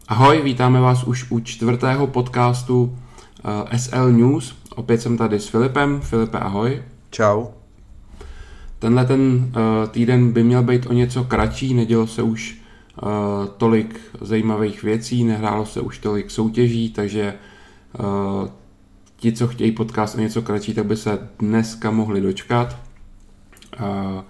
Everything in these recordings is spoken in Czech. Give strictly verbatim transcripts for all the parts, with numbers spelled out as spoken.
Ahoj, vítáme vás už u čtvrtého podcastu uh, S L News. Opět jsem tady s Filipem. Filipe, ahoj. Čau. Tenhle ten uh, týden by měl být o něco kratší, nedělo se už uh, tolik zajímavých věcí, nehrálo se už tolik soutěží, takže uh, ti, co chtějí podcast o něco kratší, tak by se dneska mohli dočkat. Uh,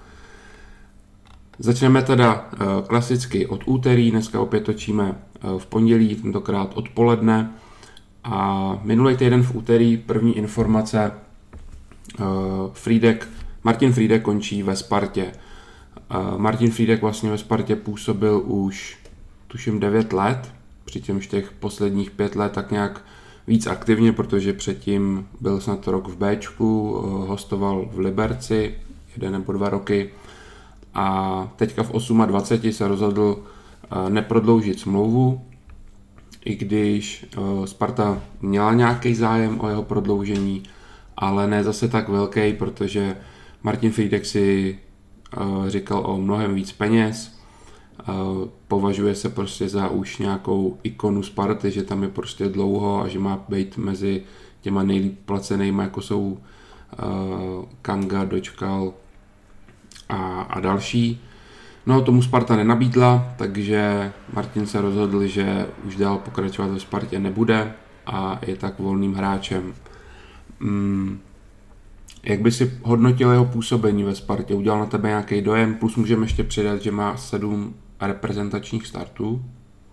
Začneme teda uh, klasicky od úterý, dneska opět točíme uh, v pondělí, tentokrát odpoledne. A minulý týden v úterý první informace, uh, Frýdek, Martin Frýdek končí ve Spartě. Uh, Martin Frýdek vlastně ve Spartě působil už tuším devět let, přičemž těch posledních pět let tak nějak víc aktivně, protože předtím byl snad rok v Béčku, uh, hostoval v Liberci jeden nebo dva roky. A teďka v dvacet osm se rozhodl neprodloužit smlouvu, i když Sparta měla nějaký zájem o jeho prodloužení, ale ne zase tak velký, protože Martin Frýdek si říkal o mnohem víc peněz, považuje se prostě za už nějakou ikonu Sparty, že tam je prostě dlouho a že má být mezi těma nejlíp placenými, jako jsou Kanga, Dočkal A, a další. No, tomu Sparta nenabídla, takže Martin se rozhodl, že už dál pokračovat ve Spartě nebude a je tak volným hráčem. Hmm. Jak by si hodnotil jeho působení ve Spartě? Udělal na tebe nějaký dojem? Plus můžeme ještě přidat, že má sedm reprezentačních startů.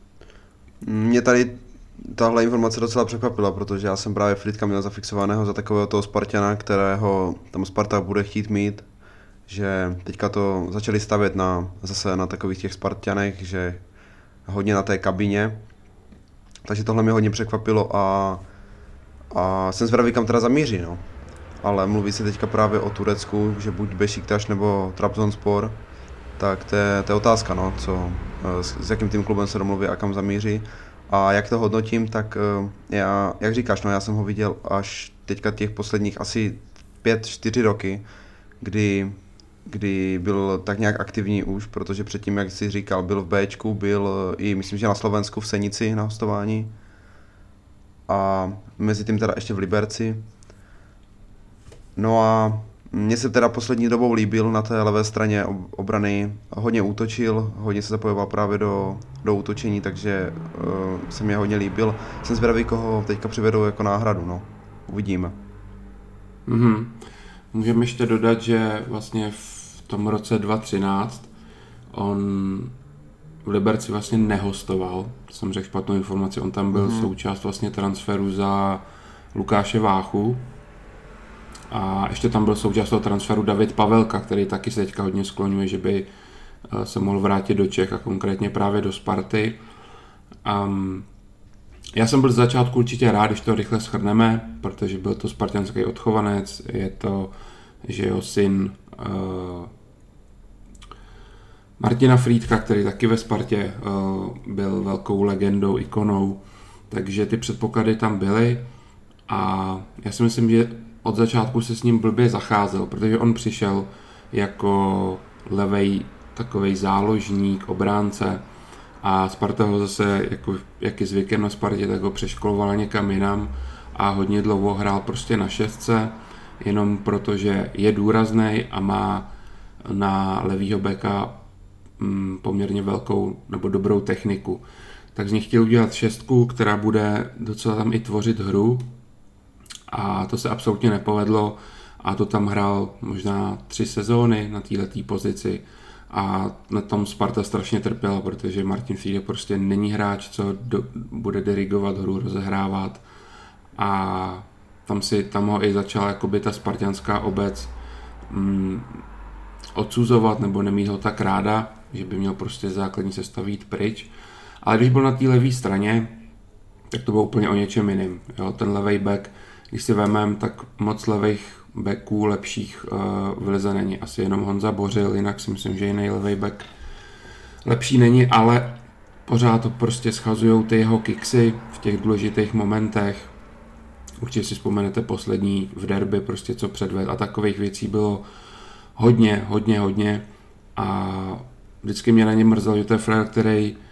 Mě tady tahle informace docela překvapila, protože já jsem právě Frýdka měl zafixovaného za takového toho Spartana, kterého tam Sparta bude chtít mít, že teďka to začali stavět na, zase na takových těch Spartanech, že hodně na té kabině, takže tohle mě hodně překvapilo a, a jsem zvědavý, kam teda zamíří, no. Ale mluví se teďka právě o Turecku, že buď Beşiktaş nebo Trabzonspor, tak to je, to je otázka, no, co, s, s jakým tým klubem se domluví a kam zamíří. A jak to hodnotím, tak já, jak říkáš, no, já jsem ho viděl až teďka těch posledních asi pět, čtyři roky, kdy kdy byl tak nějak aktivní už, protože předtím, jak jsi říkal, byl v Béčku, byl i, myslím, že na Slovensku v Senici na hostování a mezi tím teda ještě v Liberci. No a mně se teda poslední dobou líbil na té levé straně obrany, hodně útočil, hodně se zapojoval právě do, do útočení, takže uh, se mě hodně líbil. Jsem zvědavý, koho teďka přivedou jako náhradu, no. Uvidíme. Mm-hmm. Můžeme ještě dodat, že vlastně v tom roce dva tisíce třináct on v Liberci vlastně nehostoval, to jsem řekl špatnou informaci, on tam byl mm. součást vlastně transferu za Lukáše Váchu a ještě tam byl součást toho transferu David Pavelka, který taky se teďka hodně skloňuje, že by se mohl vrátit do Čech a konkrétně právě do Sparty. Um, Já jsem byl z začátku určitě rád, když to rychle shrneme, protože byl to spartanský odchovanec, je to, že jeho syn uh, Martina Frýdka, který taky ve Spartě uh, byl velkou legendou, ikonou, takže ty předpoklady tam byly a já si myslím, že od začátku se s ním blbě zacházel, protože on přišel jako levej takovej záložník, obránce, a Sparta ho zase, jako, jak je zvykem na Spartě, tak ho přeškolovala někam jinam a hodně dlouho hrál prostě na šestce, jenom protože je důraznej a má na levýho beka mm, poměrně velkou nebo dobrou techniku. Tak z nich chtěl udělat šestku, která bude docela tam i tvořit hru a to se absolutně nepovedlo a to tam hrál možná tři sezóny na této pozici. A na tom Sparta strašně trpěla, protože Martin Frýdek prostě není hráč, co do, bude dirigovat hru, rozehrávat a tam, si, tam ho i začala jakoby ta spartanská obec mm, odsuzovat nebo nemít ho tak ráda, že by měl prostě základní sestavu jít pryč. Ale když byl na té levé straně, tak to bylo úplně o něčem jiným. Jo? Ten levej back, když si vemem, tak moc levých backů lepších uh, v lize není. Asi jenom Honza Bořil, jinak si myslím, že jiný levej back lepší není, ale pořád to prostě schazujou ty jeho kiksy v těch důležitých momentech. Určitě si vzpomenete poslední v derby, prostě co předved a takových věcí bylo hodně, hodně, hodně a vždycky mě na ně mrzelo, že to je frajer, který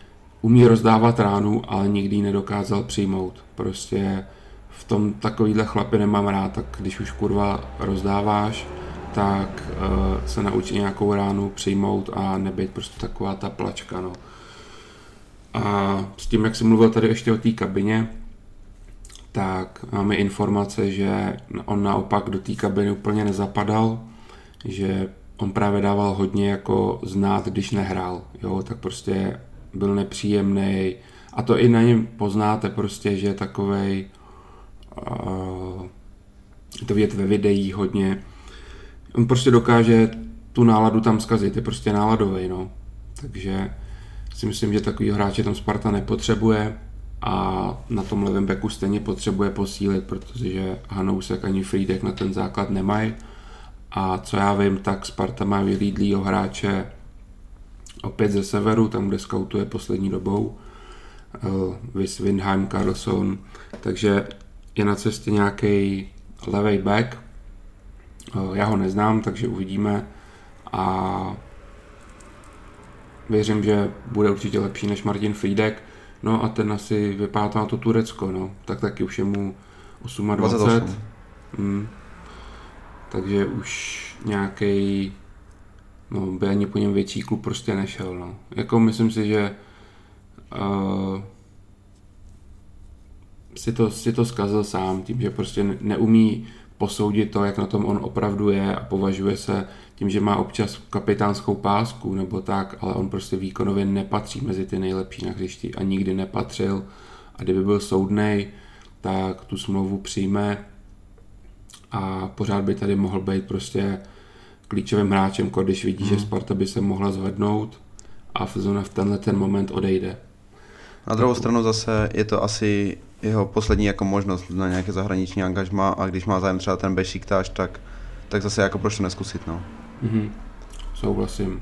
umí rozdávat ránu, ale nikdy ji nedokázal přijmout. Prostě v tom takovýhle chlapy nemám rád, tak když už kurva rozdáváš, tak uh, se naučí nějakou ránu přijmout a nebyt prostě taková ta plačka, no. A s tím, jak jsem mluvil tady ještě o té kabině, tak máme informace, že on naopak do té kabiny úplně nezapadal, že on právě dával hodně jako znát, když nehrál, jo, tak prostě byl nepříjemný a to i na něm poznáte prostě, že je takovej, uh, to vidět ve videích hodně, on prostě dokáže tu náladu tam zkazit, je prostě náladový, no, takže si myslím, že takový hráče tam Sparta nepotřebuje a na tom levém backu stejně potřebuje posílit, protože Hanousek ani Frýdek na ten základ nemají. A co já vím, tak Sparta má vylídlýho hráče opět ze severu, tam kde skautuje poslední dobou, Vis Windheim, Carlson, takže je na cestě nějaký levý back. Já ho neznám, takže uvidíme a věřím, že bude určitě lepší než Martin Frýdek. No a ten asi vypadá na to Turecko, no. Tak taky už je mu dvacet osm. Hmm. Takže už nějaký, no by ani po něm větší klub prostě nešel, no. Jako myslím si, že uh, si, to, si to zkazil sám tím, že prostě neumí posoudit to, jak na tom on opravdu je a považuje se tím, že má občas kapitánskou pásku nebo tak, ale on prostě výkonově nepatří mezi ty nejlepší na hřišti a nikdy nepatřil a kdyby byl soudnej, tak tu smlouvu přijme a pořád by tady mohl být prostě klíčovým hráčem, když vidí, hmm. že Sparta by se mohla zvednout a v zóně v tenhle ten moment odejde. Na druhou stranu zase je to asi jeho poslední jako možnost na nějaké zahraniční angažma a když má zájem třeba ten Bešiktáš, tak, tak zase jako proč to neskusit, no. Mm-hmm. Souhlasím.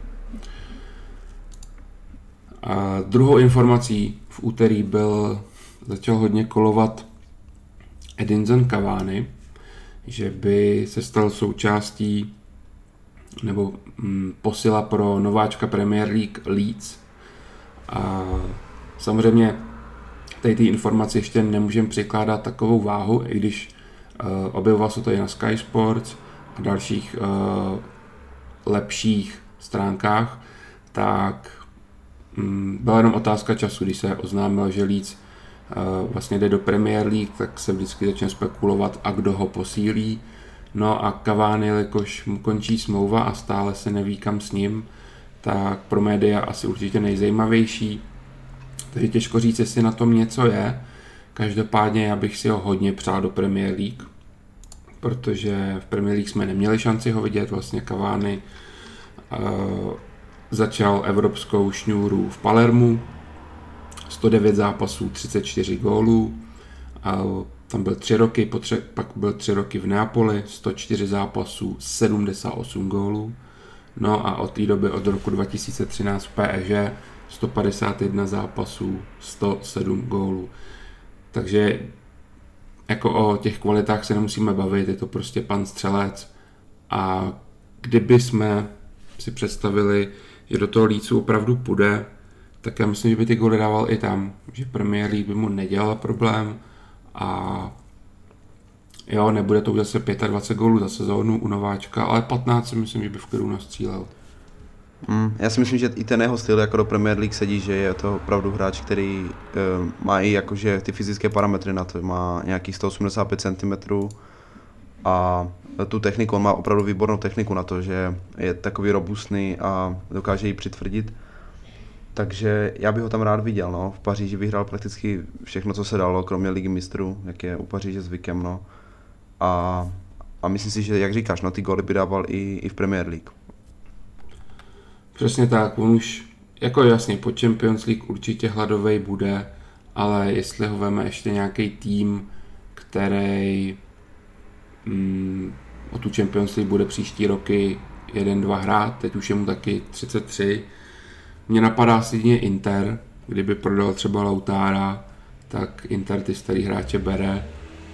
A druhou informací v úterý byl, začal hodně kolovat Edinson Cavani, že by se stal součástí nebo mm, posila pro nováčka Premier League Leeds. A samozřejmě tady ty informace ještě nemůžeme přikládat takovou váhu, i když uh, objevoval se to i na Sky Sports a dalších uh, lepších stránkách, tak um, byla jenom otázka času, když se oznámilo, že Leeds uh, vlastně jde do Premier League, tak se vždycky začne spekulovat, a kdo ho posílí. No a Cavani, jelikož mu končí smlouva a stále se neví kam s ním, tak pro média asi určitě nejzajímavější. Takže těžko říct, jestli na tom něco je. Každopádně já bych si ho hodně přál do Premier League, protože v Premier League jsme neměli šanci ho vidět. Vlastně Cavani uh, začal evropskou šňůru v Palermu, sto devět zápasů, třicet čtyři gólů. Uh, tam byl tři roky, potře- pak byl tři roky v Neapoli, sto čtyři zápasů, sedmdesát osm gólů. No a od té doby, od roku dva tisíce třináct v P S G, sto padesát jedna zápasů, sto sedm gólů. Takže jako o těch kvalitách se nemusíme bavit, je to prostě pan střelec. A kdyby jsme si představili, že do toho Leedsu opravdu půjde, tak já myslím, že by ty góly dával i tam, že Premier League by mu nedělala problém a jo, nebude to zase dvacet pět gólů za sezónu u nováčka, ale patnáct si myslím, že by v klidu nastřílel. Mm, já si myslím, že i ten jeho styl jako do Premier League sedí, že je to opravdu hráč, který uh, má i jakože ty fyzické parametry na to, má nějakých sto osmdesát pět centimetrů a tu techniku, on má opravdu výbornou techniku na to, že je takový robustný a dokáže ji přitvrdit. Takže já bych ho tam rád viděl, no. V Paříži vyhrál prakticky všechno, co se dalo, kromě Ligy mistrů, jak je u Paříže zvykem, no. A, a myslím si, že jak říkáš, no, ty góly by dával i, i v Premier League. Přesně tak, on už, jako jasně, po Champions League určitě hladovej bude, ale jestli ho veme ještě nějaký tým, který mm, o tu Champions League bude příští roky jeden, dva hrát, teď už je mu taky třicet tři. Mně napadá si jedině Inter, kdyby prodal třeba Lautára, tak Inter ty starý hráče bere,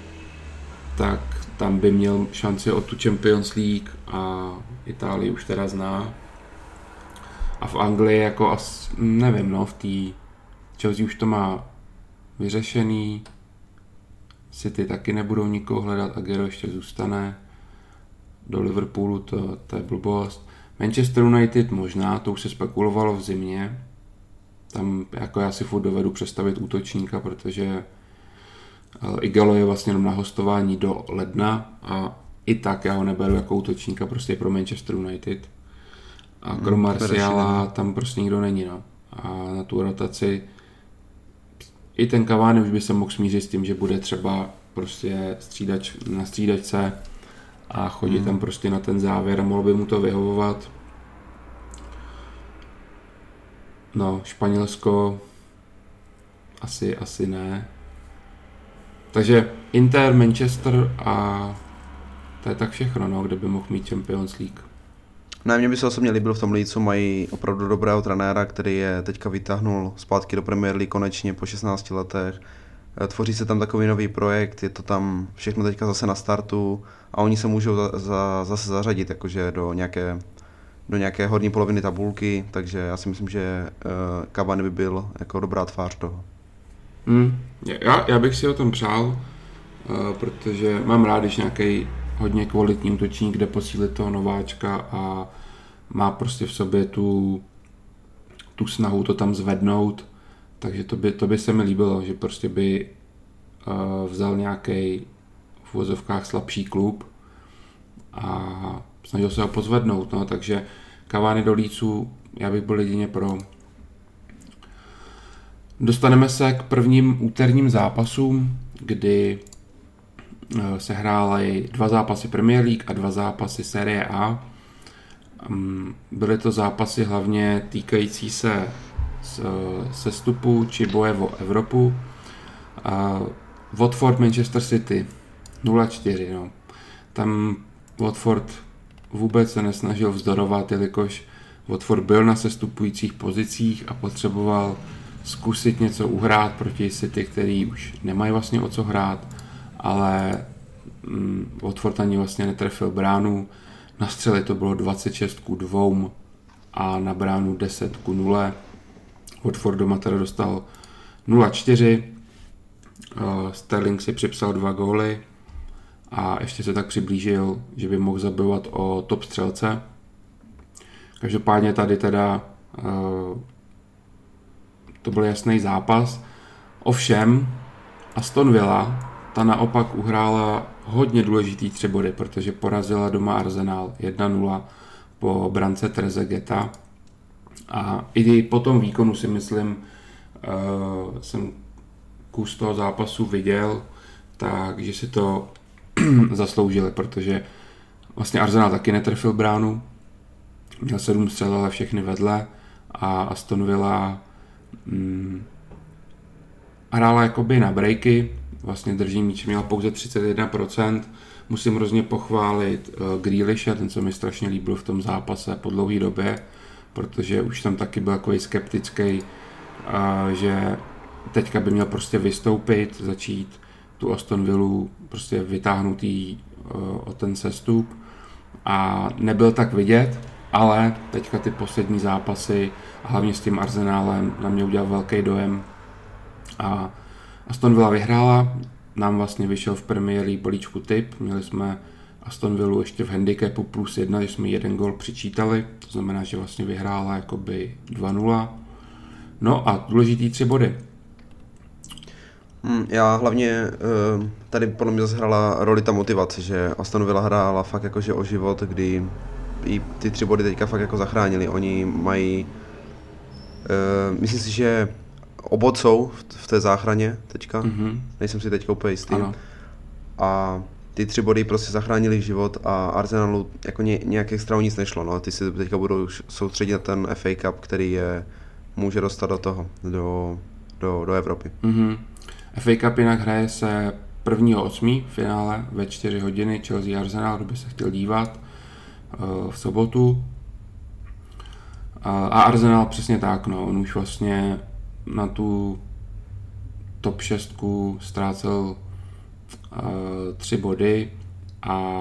tak tam by měl šanci o tu Champions League a Itálii už teda zná. A v Anglii jako asi, nevím, no, v té Chelsea už to má vyřešený, City taky nebudou nikoho hledat, Aguero ještě zůstane, do Liverpoolu to, to je blbost. Manchester United možná, to už se spekulovalo v zimě, tam jako já si furt dovedu představit útočníka, protože Igalo je vlastně jenom na hostování do ledna a i tak já ho neberu jako útočníka prostě pro Manchester United. A krom Martiala tam prostě nikdo není. No. A na tu rotaci i ten Cavani už by se mohl smířit s tím, že bude třeba prostě střídač, na střídačce a chodit hmm. tam prostě na ten závěr a mohl by mu to vyhovovat. No, Španělsko asi, asi ne. Takže Inter, Manchester a to je tak všechno, no, kde by mohl mít Champions League. Ne, mě by se osobně líbilo v tom Leedsu, mají opravdu dobrého trenéra, který je teďka vytáhnul zpátky do Premier League konečně po šestnácti letech. Tvoří se tam takový nový projekt, je to tam všechno teďka zase na startu a oni se můžou za, za, zase zařadit jakože do nějaké, do nějaké horní poloviny tabulky, takže já si myslím, že uh, Cavani by byl jako dobrá tvář toho. Hmm. Já, já bych si o tom přál, uh, protože mám rád, když nějaký hodně kvalitní útočník, kde posílit toho nováčka a má prostě v sobě tu, tu snahu to tam zvednout, takže to by, to by se mi líbilo, že prostě by uh, vzal nějaký v uvozovkách slabší klub a snažil se ho pozvednout, no, takže Cavani do Leedsu, já bych byl jedině pro. Dostaneme se k prvním úterním zápasům, kdy se hrály dva zápasy Premier League a dva zápasy Serie A. Byly to zápasy hlavně týkající se sestupu či boje o Evropu. Watford Manchester City nula čtyři. No. Tam Watford vůbec se nesnažil vzdorovat, jelikož Watford byl na sestupujících pozicích a potřeboval zkusit něco uhrát proti City, který už nemají vlastně o co hrát, ale mm, Watford ani vlastně netrefil bránu. Na střely to bylo dvacet šest ku dvěma a na bránu deset ku nule. Watford doma teda dostal nula čtyři. Uh, Sterling si připsal dva góly a ještě se tak přiblížil, že by mohl zabývat o top střelce. Každopádně tady teda uh, to byl jasný zápas. Ovšem Aston Villa ta naopak uhrála hodně důležitý tři body, protože porazila doma Arsenal jedna nula po brance Trezegueta. A i po tom výkonu si myslím, uh, jsem kus toho zápasu viděl, takže si to zasloužili, protože vlastně Arsenal taky netrefil bránu, měl sedm střel, ale všechny vedle a Aston Villa mm, hrála jakoby na breaky, vlastně drží míč měla pouze třicet jedna procent. Musím hrozně pochválit uh, Grealishe, ten se mi strašně líbil v tom zápase po dlouhé době, protože už tam taky byl takový skeptický, uh, že teďka by měl prostě vystoupit, začít tu Aston Villu prostě vytáhnout jí uh, o ten sestup a nebyl tak vidět, ale teďka ty poslední zápasy, hlavně s tím Arsenálem, na mě udělal velký dojem a Aston Villa vyhrála, nám vlastně vyšel v Premier League balíčku tip, měli jsme Aston Villu ještě v handicapu plus jedna, že jsme jeden gól přičítali, to znamená, že vlastně vyhrála jakoby dva nula. No a důležitý tři body. Hmm, já hlavně tady podle mě zase hrála roli ta motivace, že Aston Villa hrála fakt jakože o život, kdy i ty tři body teďka fakt jako zachránili. Oni mají, uh, myslím si, že obod jsou v té záchraně teďka, mm-hmm. nejsem si teďka úplně jistý. Ano. A ty tři body prostě zachránili život a Arsenalu jako ně, nějak extra o nic nešlo. No. Ty si teďka budou soustředit na ten F A Cup, který je může dostat do toho, do, do, do Evropy. Mm-hmm. F A Cup jinak hraje se prvního osmého v finále ve čtyři hodiny Chelsea Arsenal, kdo by se chtěl dívat v sobotu. A Arsenal přesně tak, no, on už vlastně na tu top šestku ztrácel uh, tři body a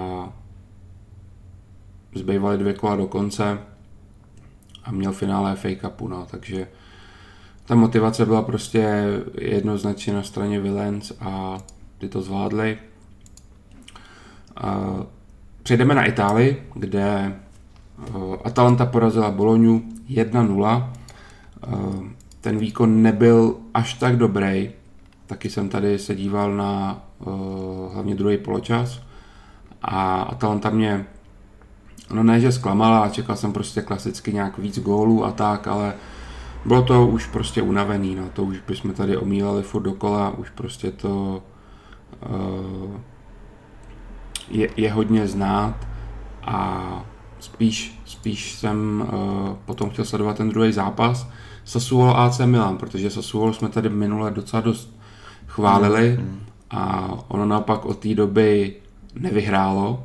zbývaly dvě kola do konce a měl finále F A Cupu, no, takže ta motivace byla prostě jednoznačně na straně Villens a ty to zvládli. Přejdeme na Itálii, kde Atalanta porazila Bolognu jedna nula. Ten výkon nebyl až tak dobrý. Taky jsem tady se díval na hlavně druhý poločas a Atalanta mě, no ne, že zklamala, čekal jsem prostě klasicky nějak víc gólů a tak, ale bylo to už prostě unavený, no, to už bychom tady omílali furt dokola, už prostě to uh, je, je hodně znát a spíš, spíš jsem uh, potom chtěl sledovat ten druhý zápas Sassuolo A C Milan, protože Sassuolo jsme tady minule docela dost chválili mm. a ono naopak od té doby nevyhrálo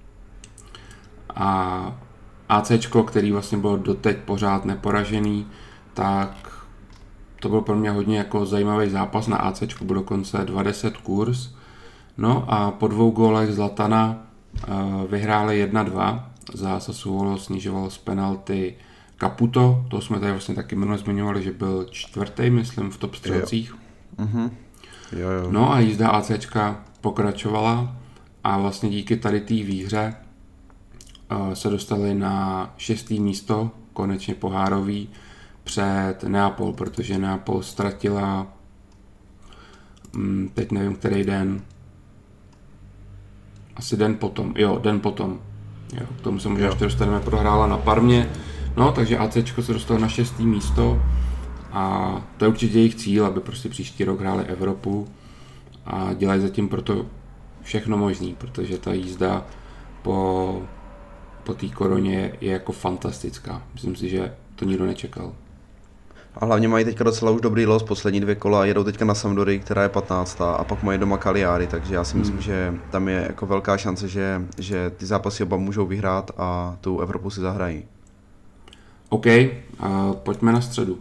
a ACčko, který vlastně bylo doteď pořád neporažený, tak to byl pro mě hodně jako zajímavý zápas. Na ACčku byl dokonce dvacet kurz. No a po dvou gólech Zlatana uh, vyhráli jedna dva. Za Sassuolo snižoval z penalty Caputo, to jsme tady vlastně taky minule zmiňovali, že byl čtvrtý, myslím, v top střelcích. Jo. Mhm. Jo, jo. No a jízda ACčka pokračovala a vlastně díky tady té výhře uh, se dostali na šestý místo, konečně pohárový, před Neapol, protože Neapol ztratila hm, teď nevím, který den, asi den potom, jo, den potom, jo, k tomu se možná ještě dostaneme, prohrála na Parmě, no, takže ACčko se dostalo na šestý místo a to je určitě jejich cíl, aby prostě příští rok hráli Evropu a dělají zatím proto všechno možný, protože ta jízda po, po té koroně je, je jako fantastická, myslím si, že to nikdo nečekal. A hlavně mají teďka docela už dobrý los, poslední dvě kola, jedou teďka na Sampdorii, která je patnáctá a pak mají doma Cagliari, takže já si myslím, hmm. že tam je jako velká šance, že, že ty zápasy oba můžou vyhrát a tu Evropu si zahrají. OK, uh, pojďme na středu.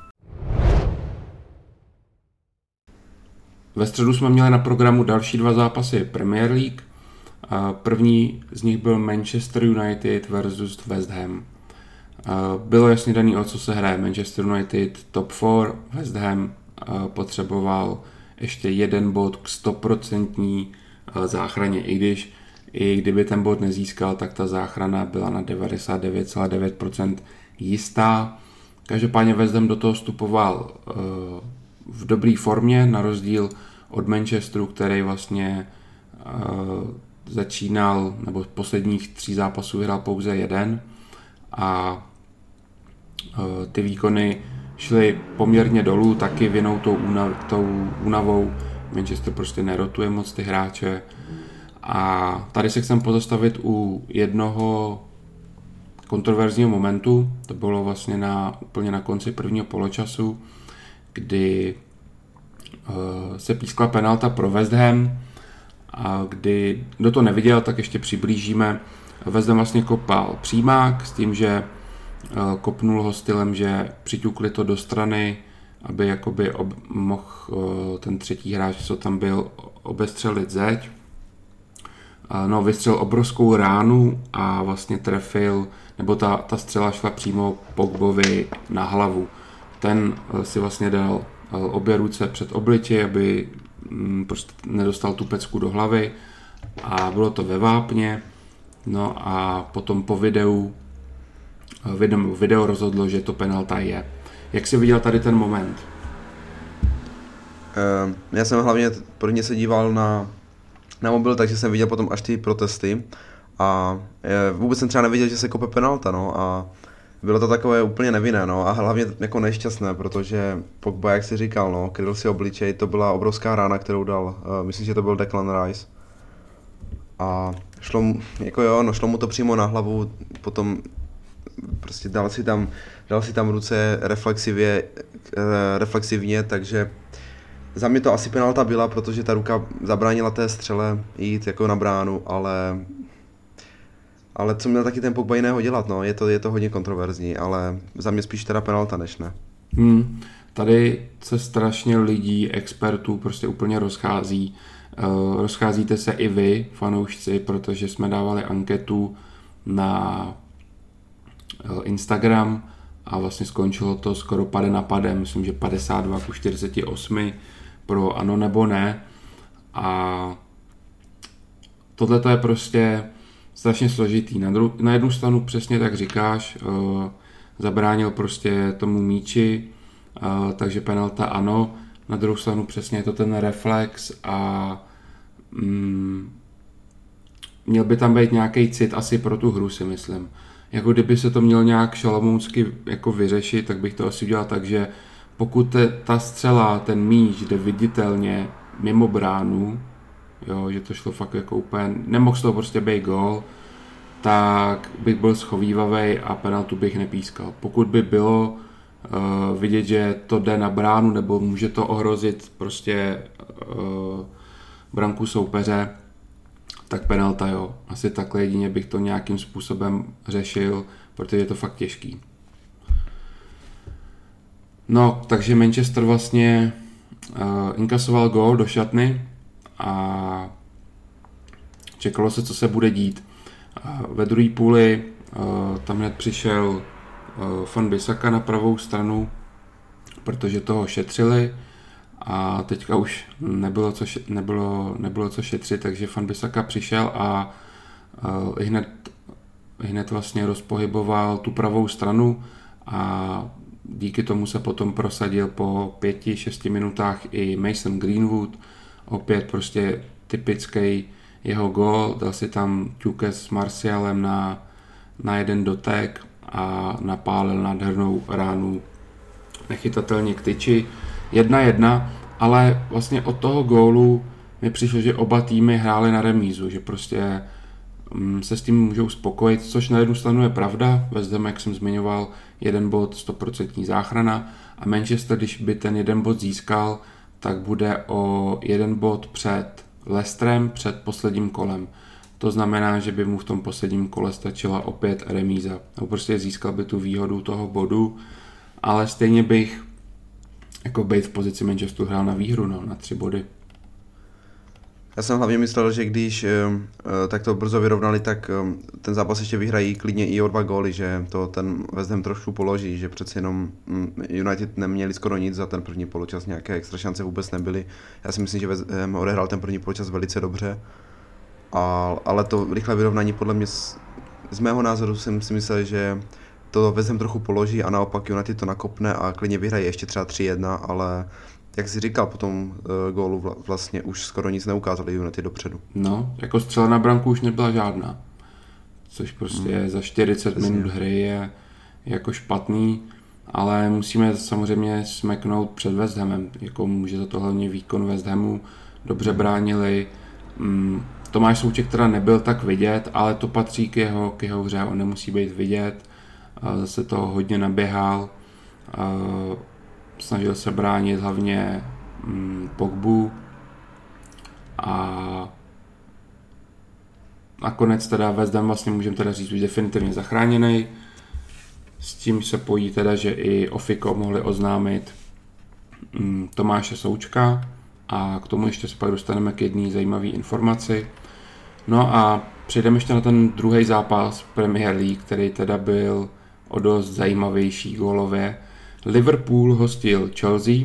Ve středu jsme měli na programu další dva zápasy Premier League. Uh, první z nich byl Manchester United versus West Ham. Uh, bylo jasně daný, o co se hraje. Manchester United top čtyři, West Ham uh, potřeboval ještě jeden bod k sto procent uh, záchraně, i když i kdyby ten bod nezískal, tak ta záchrana byla na devadesát devět celá devět procent jistá. Každopádně West Ham do toho vstupoval uh, v dobré formě, na rozdíl od Manchesteru, který vlastně uh, začínal, nebo z posledních tří zápasů vyhrál pouze jeden a ty výkony šly poměrně dolů, taky vinou tou, únav, tou únavou. Manchester prostě nerotuje moc ty hráče. A tady se chcem pozastavit u jednoho kontroverzního momentu. To bylo vlastně na, úplně na konci prvního poločasu, kdy uh, se pískla penalta pro West Ham a kdy, kdo to neviděl, tak ještě přiblížíme. West Ham vlastně kopal přímák s tím, že kopnul ho stylem, že přiťukli to do strany, aby jakoby ob, mohl ten třetí hráč, co tam byl, obestřelit zeď. No, vystřelil obrovskou ránu a vlastně trefil, nebo ta, ta střela šla přímo Pogbovi na hlavu. Ten si vlastně dal obě ruce před obličej, aby prostě nedostal tu pecku do hlavy a bylo to ve vápně. No a potom po videu Video, video rozhodlo, že to penalta je. Jak jsi viděl tady ten moment? Uh, já jsem hlavně prvně se díval na, na mobil, takže jsem viděl potom až ty protesty a uh, vůbec jsem třeba neviděl, že se kope penalta, no, a bylo to takové úplně nevinné, no, a hlavně jako nešťastné, protože Pogba, jak jsi říkal, no, kryl si obličej, to byla obrovská rána, kterou dal, uh, myslím, že to byl Declan Rice a šlo mu, jako jo, no, šlo mu to přímo na hlavu, potom prostě dal si tam, dal si tam ruce reflexivě, reflexivně, takže za mě to asi penalta byla, protože ta ruka zabránila té střele jít jako na bránu, ale ale co měl taky ten Pogba jiného dělat, no, je to, je to hodně kontroverzní, ale za mě spíš teda penalta než ne. Hmm, tady se strašně lidí, expertů prostě úplně rozchází. Uh, rozcházíte se i vy, fanoušci, protože jsme dávali anketu na Instagram a vlastně skončilo to skoro pade na pade, myslím, že padesát dva ku čtyřiceti osmi pro ano nebo ne. A tohle to je prostě strašně složitý. Na, dru- na jednu stranu přesně tak říkáš, uh, zabránil prostě tomu míči, uh, takže penalta ano. Na druhou stranu přesně je to ten reflex a mm, měl by tam být nějaký cit asi pro tu hru, si myslím. Jako kdyby se to mělo nějak šalamounsky jako vyřešit, tak bych to asi udělal tak, že pokud te, ta střela, ten míč jde viditelně mimo bránu, jo, že to šlo fakt jako úplně, nemohl z toho prostě být gól, tak bych byl schovívavej a penaltu bych nepískal. Pokud by bylo uh, vidět, že to jde na bránu nebo může to ohrozit prostě uh, branku soupeře, tak penalta jo. Asi takhle jedině bych to nějakým způsobem řešil, protože je to fakt těžký. No, takže Manchester vlastně uh, inkasoval gól do šatny a čekalo se, co se bude dít. Uh, ve druhé půli uh, tam hned přišel uh, Van Bissaka na pravou stranu, protože toho šetřili a teďka už nebylo co, nebylo, nebylo co šetřit, takže Van Bissaka přišel a uh, hned, hned vlastně rozpohyboval tu pravou stranu a díky tomu se potom prosadil po pěti, šesti minutách i Mason Greenwood, opět prostě typický jeho gól, dal si tam ťuke s Martialem na, na jeden dotek a napálil nádhernou ránu nechytatelně k tyči. Jedna jedna, ale vlastně od toho gólu mi přišlo, že oba týmy hrály na remízu, že prostě um, se s tím můžou spokojit, což na jednu stranu je pravda, West Ham, jak jsem zmiňoval, jeden bod, sto procent záchrana a Manchester, když by ten jeden bod získal, tak bude o jeden bod před Leicesterem, před posledním kolem. To znamená, že by mu v tom posledním kole stačila opět remíza. No prostě získal by tu výhodu toho bodu, ale stejně bych jako být v pozici Manchesteru hrál na výhru, no, na tři body. Já jsem hlavně myslel, že když tak to brzo vyrovnali, tak ten zápas ještě vyhrají klidně i o dva góly, že to ten West Ham trošku položí, že přeci jenom United neměli skoro nic za ten první poločas, nějaké extra šance vůbec nebyly. Já si myslím, že West Ham odehrál ten první poločas velice dobře, ale to rychlé vyrovnání podle mě, z mého názoru jsem si myslel, že to West Ham trochu položí a naopak United to nakopne a klidně vyhraje ještě třeba tři jedna, ale jak jsi říkal, po tom uh, gólu vla, vlastně už skoro nic neukázali United dopředu. No, jako střela na branku už nebyla žádná, což prostě hmm. za čtyřicet Přesně. minut hry je jako špatný, ale musíme samozřejmě smeknout před West Hamem, jako může za to hlavně výkon West Hamu, dobře bránili, mm, Tomáš Souček teda nebyl tak vidět, ale to patří k jeho, k jeho hře, on nemusí být vidět, uh, zase toho hodně naběhal, uh, snažil se bránit hlavně mm, Pogbu a nakonec teda West Ham vlastně můžeme teda říct už definitivně zachráněný. S tím se pojí teda, že i Ofiko mohli oznámit mm, Tomáše Součka a k tomu ještě se pak dostaneme k jedné zajímavé informaci. No a přejdeme ještě na ten druhý zápas Premier League, který teda byl o dost zajímavější gólově. Liverpool hostil Chelsea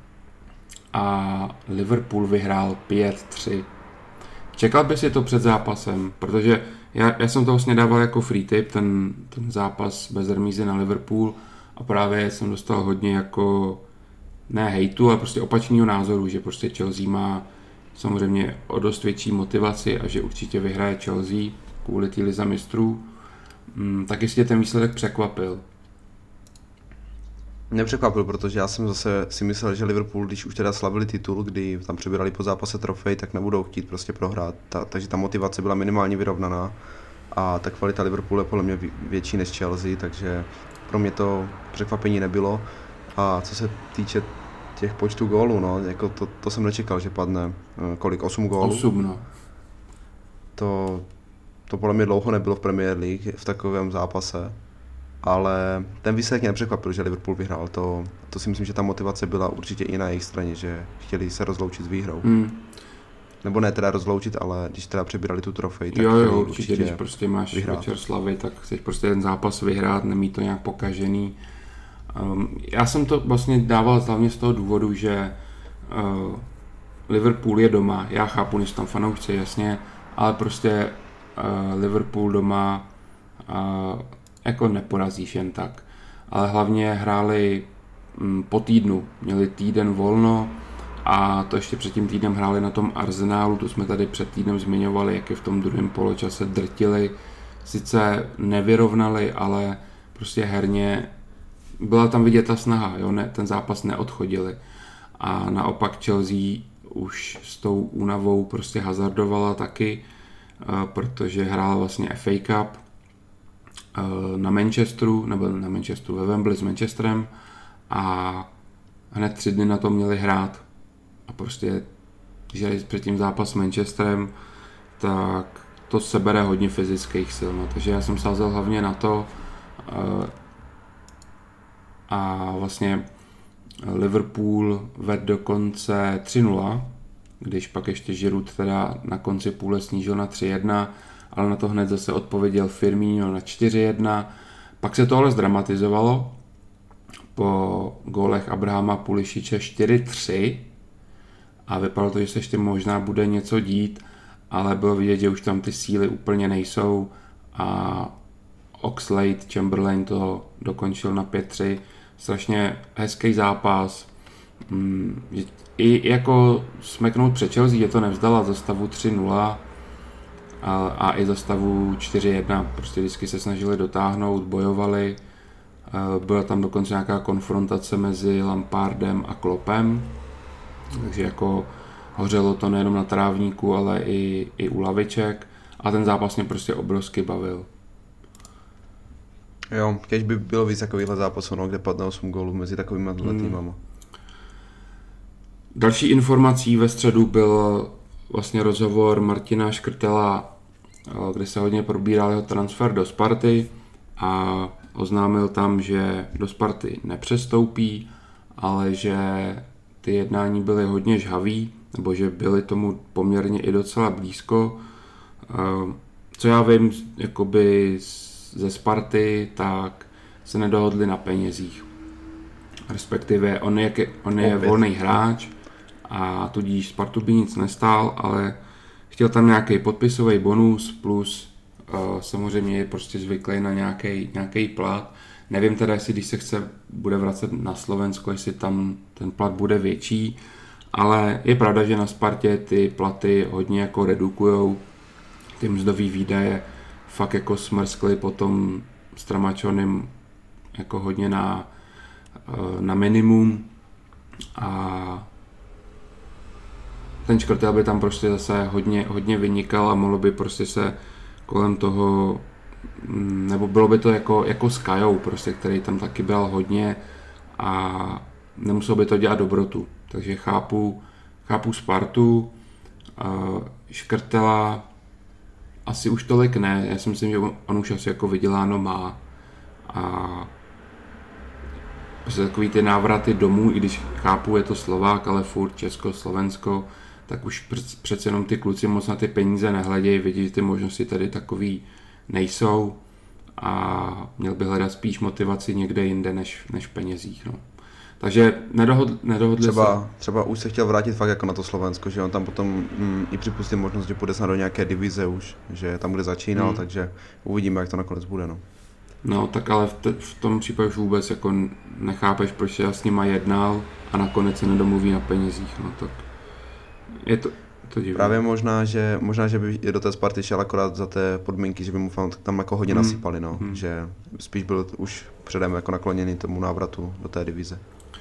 a Liverpool vyhrál pět tři. Čekal by si to před zápasem, protože já, já jsem to vlastně dával jako free tip, ten, ten zápas bez remízy na Liverpool a právě jsem dostal hodně jako ne hejtu, ale prostě opačného názoru, že prostě Chelsea má samozřejmě o dost větší motivaci a že určitě vyhraje Chelsea kvůli té lize mistrů. Hmm, tak jestli ten výsledek překvapil. Nepřekvapil, protože já jsem zase si myslel, že Liverpool, když už teda slavili titul, kdy tam přebírali po zápase trofej, tak nebudou chtít prostě prohrát. Ta, takže ta motivace byla minimálně vyrovnaná a ta kvalita Liverpoolu je podle mě větší než Chelsea, takže pro mě to překvapení nebylo. A co se týče těch počtů gólů, no, jako to, to jsem nečekal, že padne kolik, osm gólů? osm, no. To, to podle mě dlouho nebylo v Premier League v takovém zápase. Ale ten výsledek mě nepřekvapil, že Liverpool vyhrál. To, to si myslím, že ta motivace byla určitě i na jejich straně, že chtěli se rozloučit s výhrou. Hmm. Nebo ne teda rozloučit, ale když teda přebírali tu trofej, tak jo, jo, určitě, když prostě máš vyhrát. Večer slavy, tak chceš prostě ten zápas vyhrát, nemít to nějak pokažený. Um, já jsem to vlastně dával hlavně z toho důvodu, že uh, Liverpool je doma, já chápu, než tam fanoušci, jasně, ale prostě uh, Liverpool doma uh, jako neporazíš jen tak. Ale hlavně hráli um, po týdnu, měli týden volno a to ještě před tím týdnem hráli na tom Arsenálu, to jsme tady před týdnem zmiňovali, jak je v tom druhém poločase drtili, sice nevyrovnali, ale prostě herně byla tam vidět ta snaha, jo? Ne, ten zápas neodchodili. A naopak Chelsea už s tou únavou prostě hazardovala taky, protože hrála vlastně F A Cup na Manchesteru, nebo na Manchesteru ve Wembley s Manchesterem a hned tři dny na to měli hrát. A prostě, když hrají předtím zápas s Manchesterem, tak to sebere hodně fyzických sil. No. Takže já jsem sázel hlavně na to, a vlastně Liverpool vedl do konce tři nula, když pak ještě Giroud teda na konci půle snížil na tři jedna, ale na to hned zase odpověděl Firmino na čtyři jedna. Pak se to ale zdramatizovalo po gólech Abrahama Pulisiče čtyři tři a vypadalo to, že se ještě možná bude něco dít, ale bylo vidět, že už tam ty síly úplně nejsou a Oxlade Chamberlain to dokončil na pět tři. Strašně hezký zápas. I jako smeknout před Chelsea, je to nevzdala za stavu tři nula a, a i za stavu čtyři jedna. Prostě vždycky se snažili dotáhnout, bojovali. Byla tam dokonce nějaká konfrontace mezi Lampardem a Kloppem. Takže jako hořelo to nejenom na trávníku, ale i, i u laviček. A ten zápas mě prostě obrovsky bavil. Jo, keď by bylo víc takovýchhle zápasů, no, kde padne osm gólů mezi takovými hmm. týmama. Další informací ve středu byl vlastně rozhovor Martina Škrtela, kde se hodně probíral jeho transfer do Sparty a oznámil tam, že do Sparty nepřestoupí, ale že ty jednání byly hodně žhavý, nebo že byly tomu poměrně i docela blízko. Co já vím, jakoby ze Sparty, tak se nedohodli na penězích. Respektive on je, on je volný hráč a tudíž Spartu by nic nestál, ale chtěl tam nějaký podpisový bonus plus uh, samozřejmě je prostě zvyklý na nějaký, nějaký plat. Nevím teda, jestli když se chce bude vracet na Slovensko, jestli tam ten plat bude větší, ale je pravda, že na Spartě ty platy hodně jako redukujou ty mzdový výdaje, fakt jako smrskli potom s Tramačonem jako hodně na, na minimum a ten Škrtel by tam prostě zase hodně, hodně vynikal a mohlo by prostě se kolem toho, nebo bylo by to jako, jako s Kajou, prostě, který tam taky byl hodně a nemusel by to dělat dobrotu. Takže chápu, chápu Spartu, Škrtela asi už tolik ne, já si myslím, že on už asi jako vyděláno má a prostě takový ty návraty domů, i když chápu, je to Slovák, ale furt Česko, Slovensko, tak už přece jenom ty kluci moc na ty peníze nehledějí, vidí, že ty možnosti tady takový nejsou a měl by hledat spíš motivaci někde jinde než, než penězích. No. Takže nedohodli, nedohodli třeba, se. Třeba už se chtěl vrátit fakt jako na to Slovensko, že on tam potom mm, i připustil možnost, že půjde snad do nějaké divize už, že tam bude začínal, hmm. takže uvidíme, jak to nakonec bude. No, no tak ale v, te, v tom případě už vůbec jako nechápeš, proč já s nima jednal a nakonec se nedomluví na penězích. No, tak je to, to divné. Právě možná, že, možná, že by do té Sparty šel akorát za té podmínky, že by mu tam jako hodně hmm. nasypali, no, hmm. že spíš byl už předem jako nakloněný tomu návratu do té divize.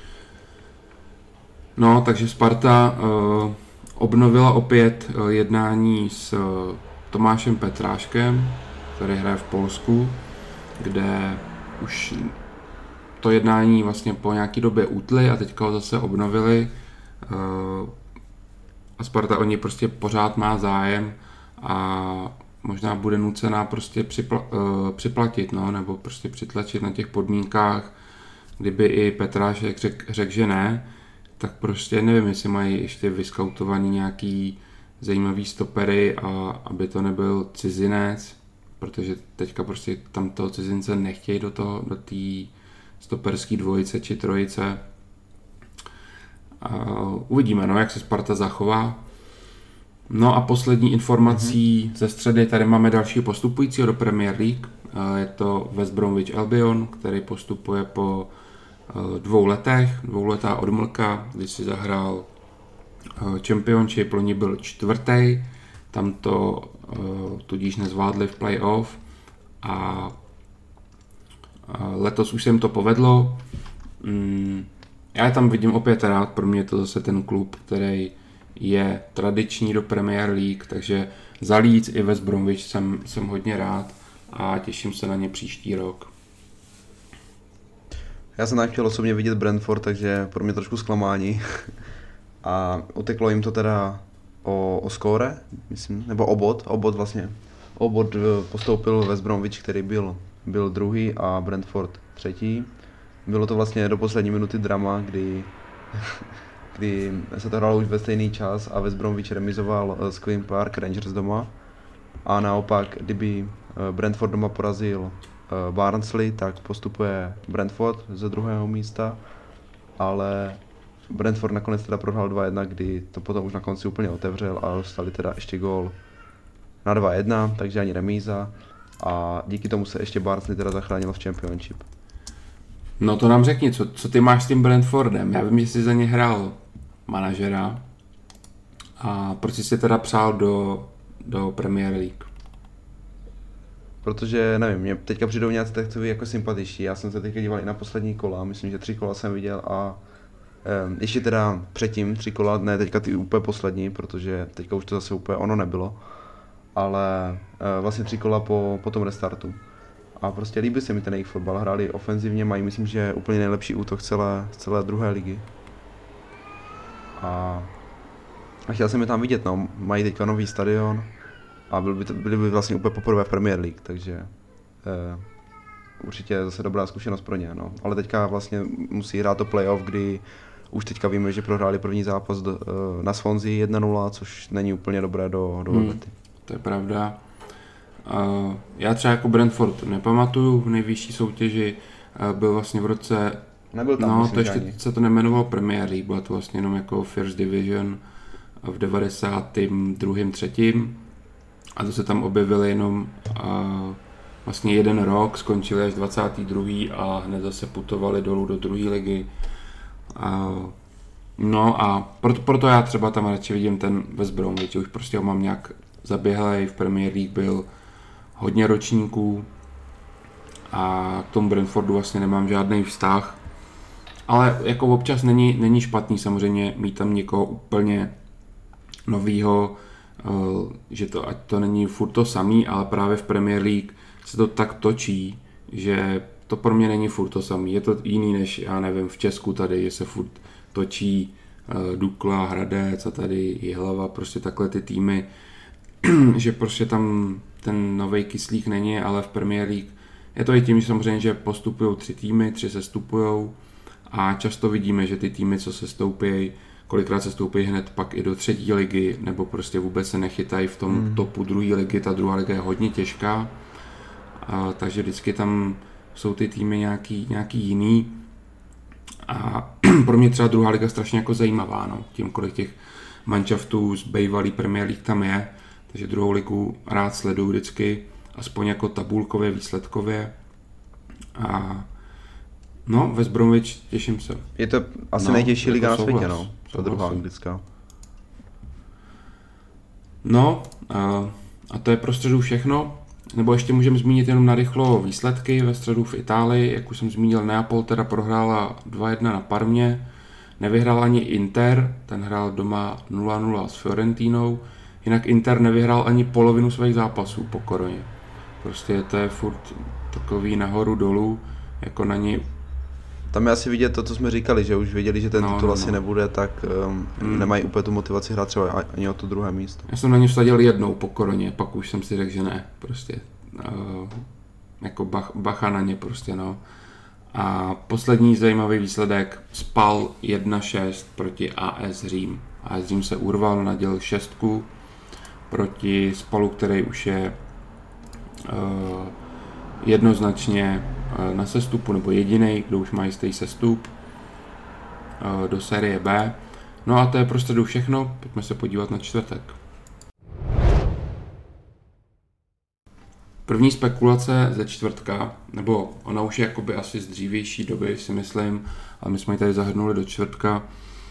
No, takže Sparta uh, obnovila opět uh, jednání s uh, Tomášem Petráškem, který hraje v Polsku, kde už to jednání vlastně po nějaký době utli a teďka ho zase obnovili. Uh, a Sparta o něj prostě pořád má zájem a možná bude nucená prostě připla- uh, připlatit, no, nebo prostě přitlačit na těch podmínkách, kdyby i Petrášek řekl, řek, že ne, tak prostě nevím, jestli mají ještě vyskautovaný nějaký zajímavý stopery a aby to nebyl cizinec, protože teďka prostě tam toho cizince nechtějí do toho, do té stoperský dvojice či trojice. Uh, uvidíme, no, jak se Sparta zachová. No a poslední informací mm-hmm. ze středy, tady máme dalšího postupujícího do Premier League. Uh, je to West Bromwich Albion, který postupuje po uh, dvou letech, dvouletá odmlka, kdy si zahrál uh, Championship, loni byl čtvrtý, tam to uh, tudíž nezvládli v playoff a uh, letos už se jim to povedlo. Mm, já je tam vidím opět rád, pro mě je to zase ten klub, který je tradiční do Premier League, takže za Leeds i West Bromwich jsem, jsem hodně rád a těším se na ně příští rok. Já jsem chtěl osobně vidět Brentford, takže pro mě trošku zklamání. A uteklo jim to teda o, o skóre, myslím, nebo o bod, o bod vlastně. O bod postoupil West Bromwich, který byl, byl druhý a Brentford třetí. Bylo to vlastně do poslední minuty drama, kdy, kdy se to hrálo už ve stejný čas a West Bromwich remizoval s Queen Park Rangers doma. A naopak, kdyby Brentford doma porazil Barnsley, tak postupuje Brentford ze druhého místa, ale Brentford nakonec teda prohrál dva jedna, kdy to potom už na konci úplně otevřel a dostali teda ještě gól na dva jedna, takže ani remíza a díky tomu se ještě Barnsley teda zachránilo v Championship. No to nám řekni, co, co ty máš s tím Brentfordem? Já vím, že jsi za ně hrál manažera a proč jsi si teda přál do, do Premier League? Protože, nevím, mě teďka přijdou nějací takový jako sympatičtí, já jsem se teďka díval i na poslední kola, myslím, že tři kola jsem viděl a um, ještě teda předtím tři kola, ne teďka ty úplně poslední, protože teďka už to zase úplně ono nebylo, ale uh, vlastně tři kola po, po tom restartu. A prostě líbí se mi ten jejich fotbal, hráli ofenzivně, mají myslím, že úplně nejlepší útok celé, celé druhé ligy. A, a chtěl jsem je tam vidět, no, mají teďka nový stadion a byli by, to, byli by vlastně úplně poprvé v Premier League, takže eh, určitě zase dobrá zkušenost pro ně, no. Ale teďka vlastně musí hrát to playoff, kdy už teďka víme, že prohráli první zápas do, eh, na Swansea jedna nula, což není úplně dobré do, do hmm, to je pravda. Uh, já třeba jako Brentford nepamatuju v nejvyšší soutěži, uh, byl vlastně v roce, nebyl tam, no myslím, to ještě se to nemenovalo Premier League, byla to vlastně jenom jako First Division v devadesátém druhém třetím a to se tam objevili jenom uh, vlastně jeden rok, skončili až dvacátý druhý a hned zase putovali dolů do druhé ligy. Uh, no a proto, proto já třeba tam radši vidím ten West Bromwich, už prostě ho mám nějak zaběhlej, v Premier League byl hodně ročníků a k tomu Brentfordu vlastně nemám žádný vztah, ale jako občas není, není špatný samozřejmě mít tam někoho úplně novýho, že to, ať to není furt to samý, ale právě v Premier League se to tak točí, že to pro mě není furt to samý, je to jiný než, já nevím, v Česku tady, že se furt točí Dukla, Hradec a tady Jihlava, prostě takhle ty týmy, že prostě tam ten novej kyslík není, ale v Premier League je to i tím, že samozřejmě, že postupují tři týmy, tři sestupujou a často vidíme, že ty týmy, co sestoupí, kolikrát sestoupí hned pak i do třetí ligy, nebo prostě vůbec se nechytají v tom hmm. topu druhé ligy, ta druhá liga je hodně těžká, a, takže vždycky tam jsou ty týmy nějaký, nějaký jiný a pro mě třeba druhá liga strašně jako zajímavá, no, tím, kolik těch manšaftů z bývalý Premier League tam je, takže druhou ligu rád sleduju vždycky, aspoň jako tabulkově, výsledkově. A no, West Bromwich, těším se. Je to asi no, nejtěžší liga na světě, no. Ta druhá anglická. No, a, a to je pro středu všechno. Nebo ještě můžeme zmínit jenom narychlo výsledky ve středu v Itálii. Jak už jsem zmínil, Neapol teda prohrála dva jedna na Parmě. Nevyhrál ani Inter, ten hrál doma nula nula s Fiorentinou. Jinak Inter nevyhrál ani polovinu svých zápasů po koroně. Prostě to je furt takový nahoru dolů, jako na ní. Tam je asi vidět to, co jsme říkali, že už věděli, že ten no, titul no, asi no. nebude, tak um, mm. nemají úplně tu motivaci hrát třeba ani o to druhé místo. Já jsem na ně vsadil jednou po koroně, pak už jsem si řekl, že ne, prostě uh, jako bach, bacha na ně prostě, no. A poslední zajímavý výsledek, Spal jedna šest proti A S Řím. A S Řím se urval, naděl šestku proti Spalu, který už je uh, jednoznačně na sestupu, nebo jediný, kdo už má jistý sestup do série B. No a to je prostě do všechno, pojďme se podívat na čtvrtek. První spekulace ze čtvrtka, nebo ona už je jakoby asi z dřívější doby, si myslím, ale my jsme ji tady zahrnuli do čtvrtka.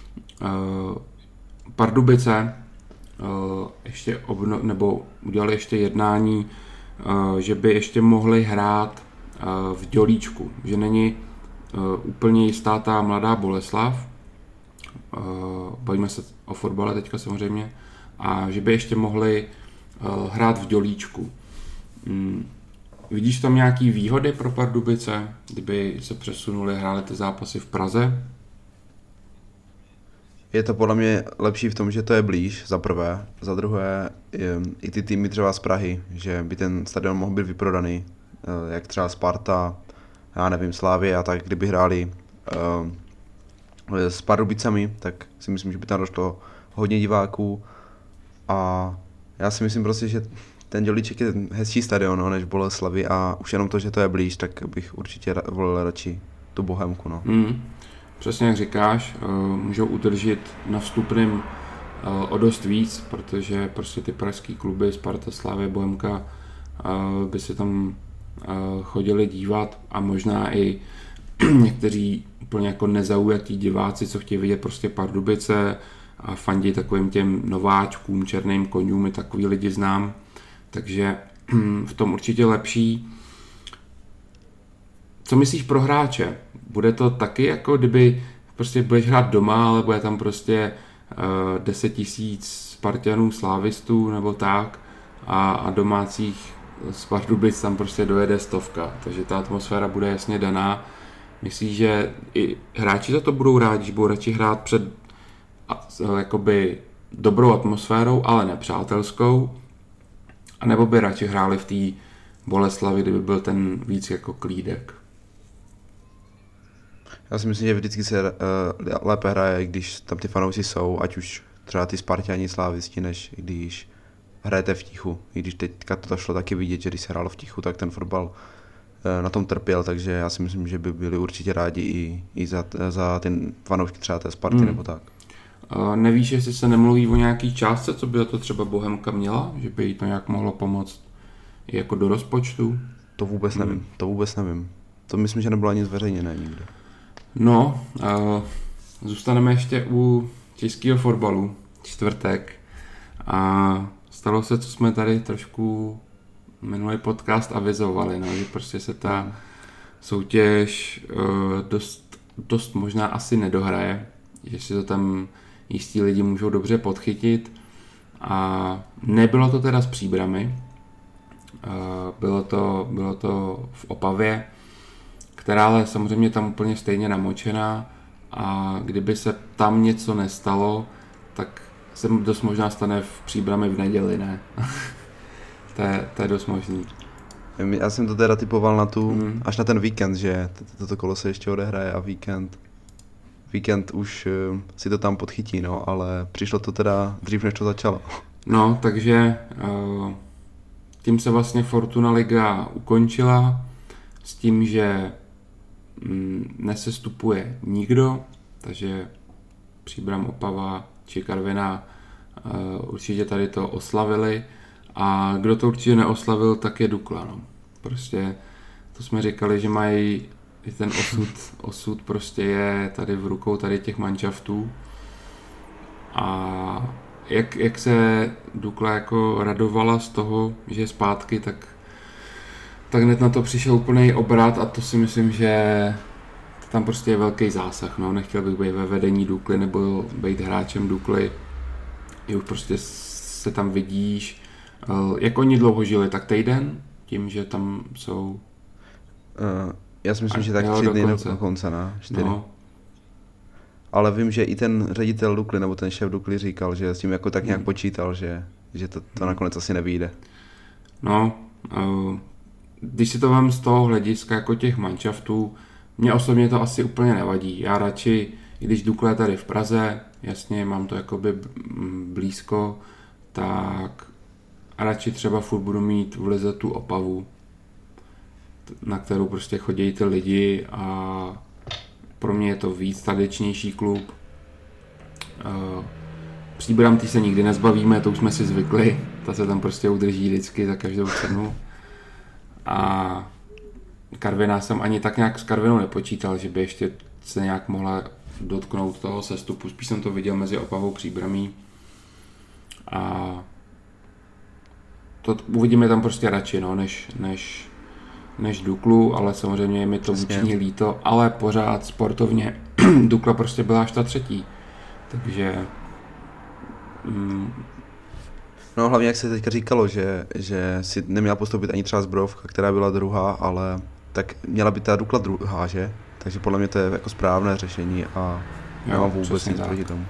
Pardubice ještě obno, nebo udělali ještě jednání, že by ještě mohli hrát v Dělíčku, že není úplně jistá ta Mladá Boleslav, bavíme se o fotbale teďka samozřejmě, a že by ještě mohli hrát v Dělíčku. Vidíš tam nějaký výhody pro Pardubice, kdyby se přesunuli a hráli ty zápasy v Praze? Je to podle mě lepší v tom, že to je blíž, za prvé. Za druhé, i ty týmy třeba z Prahy, že by ten stadion mohl být vyprodaný, jak třeba Sparta, já nevím, Slavie a tak, kdyby hráli uh, s Pardubicami, tak si myslím, že by tam došlo hodně diváků. A já si myslím prostě, že ten Dělíček je hezčí stadion, no, než Boleslavy, a už jenom to, že to je blíž, tak bych určitě volil radši tu Bohemku. No. Mm, přesně jak říkáš, můžou udržet na vstupném o dost víc, protože prostě ty pražský kluby Sparta, Slavie, Bohemka by se tam chodili dívat a možná i někteří úplně jako nezaujatí diváci, co chtějí vidět prostě Pardubice a fandí takovým těm nováčkům, černým koňům, i takový lidi znám. Takže v tom určitě lepší. Co myslíš pro hráče? Bude to taky jako kdyby prostě budeš hrát doma, ale bude tam prostě uh, deset tisíc Spartanů, slávistů nebo tak a, a domácích z Pardubic tam prostě dojede stovka. Takže ta atmosféra bude jasně daná. Myslíš, že i hráči za to budou rádi, že budou radši hrát před a, jakoby dobrou atmosférou, ale nepřátelskou? A nebo by radši hráli v té Boleslavi, kdyby byl ten víc jako klídek? Já si myslím, že vždycky se uh, lépe hraje, když tam ty fanoušci jsou, ať už třeba ty Sparťani, slávisti, než když hrajete v tichu. I když teďka to šlo taky vidět, že když se hrálo v tichu, tak ten fotbal uh, na tom trpěl, takže já si myslím, že by byli určitě rádi i, i za, za ten fanoušky třeba té Sparty hmm. nebo tak. Uh, nevíš, jestli se nemluví o nějaký částce, co by za to třeba Bohemka měla? Že by jí to nějak mohlo pomoct i jako do rozpočtu? To vůbec nevím, hmm. to vůbec nevím. To myslím, že nebylo ani zveřejněné nikde. No, uh, zůstaneme ještě u českého fotbalu, čtvrtek. A stalo se, co jsme tady trošku minulý podcast avizovali, no, že prostě se ta soutěž uh, dost, dost možná asi nedohraje, že si to tam jistí lidi můžou dobře podchytit. A nebylo to teda s Příbrami, uh, bylo to, bylo to v Opavě, která ale samozřejmě tam úplně stejně namočená, a kdyby se tam něco nestalo, tak se dost možná stane v Příbrami v neděli, ne? to, je, to je dost možný. Já jsem to teda typoval na tu, hmm. až na ten víkend, že toto kolo se ještě odehraje a víkend, víkend už uh, si to tam podchytí, no, ale přišlo to teda dřív, než to začalo. No, takže uh, tím se vlastně Fortuna Liga ukončila s tím, že mm, nesestupuje nikdo, takže Příbram, Opava či Karviná uh, určitě tady to oslavili, a kdo to určitě neoslavil, tak je Dukla, no. Prostě to jsme říkali, že mají ten osud, osud prostě je tady v rukou tady těch manšaftů, a jak, jak se Dukla jako radovala z toho, že je zpátky, tak tak hned na to přišel úplný obrat, a to si myslím, že tam prostě je velký zásah. No. Nechtěl bych být ve vedení Dukly nebo být hráčem Dukly. I už prostě se tam vidíš. Jak oni dlouho žili, tak týden? Tím, že tam jsou... Uh, já si myslím, a, že tak tři dny do konce, ne? Čtyři. No. Ale vím, že i ten ředitel Dukly nebo ten šéf Dukly říkal, že s tím jako tak nějak hmm. počítal, že, že to, to nakonec asi nevyjde. No, uh, když si to vem z toho hlediska jako těch manšaftů, mně osobně to asi úplně nevadí. Já radši, i když Dukla je tady v Praze, jasně, mám to jakoby blízko, tak radši třeba furt budu mít v lize tu Opavu. na kterou prostě chodí ty lidi a pro mě je to víc tradičnější klub. Příbram tý se nikdy nezbavíme, to už jsme si zvykli, ta se tam prostě udrží vždycky za každou cenu. A Karviná jsem ani tak nějak s Karvinou nepočítal, že by ještě se nějak mohla dotknout toho sestupu, spíš jsem to viděl mezi Opavou Příbramí. A to uvidíme tam prostě radši, no, než, než, než Duklu, ale samozřejmě je mi to vůči líto, ale pořád sportovně Dukla prostě byla až ta třetí, takže mm, no hlavně jak se teďka říkalo, že, že si neměla postoupit ani třeba Zbrojovka, která byla druhá, ale tak měla by ta Dukla druhá, že? Takže podle mě to je jako správné řešení a nemám vůbec nic proti tomu.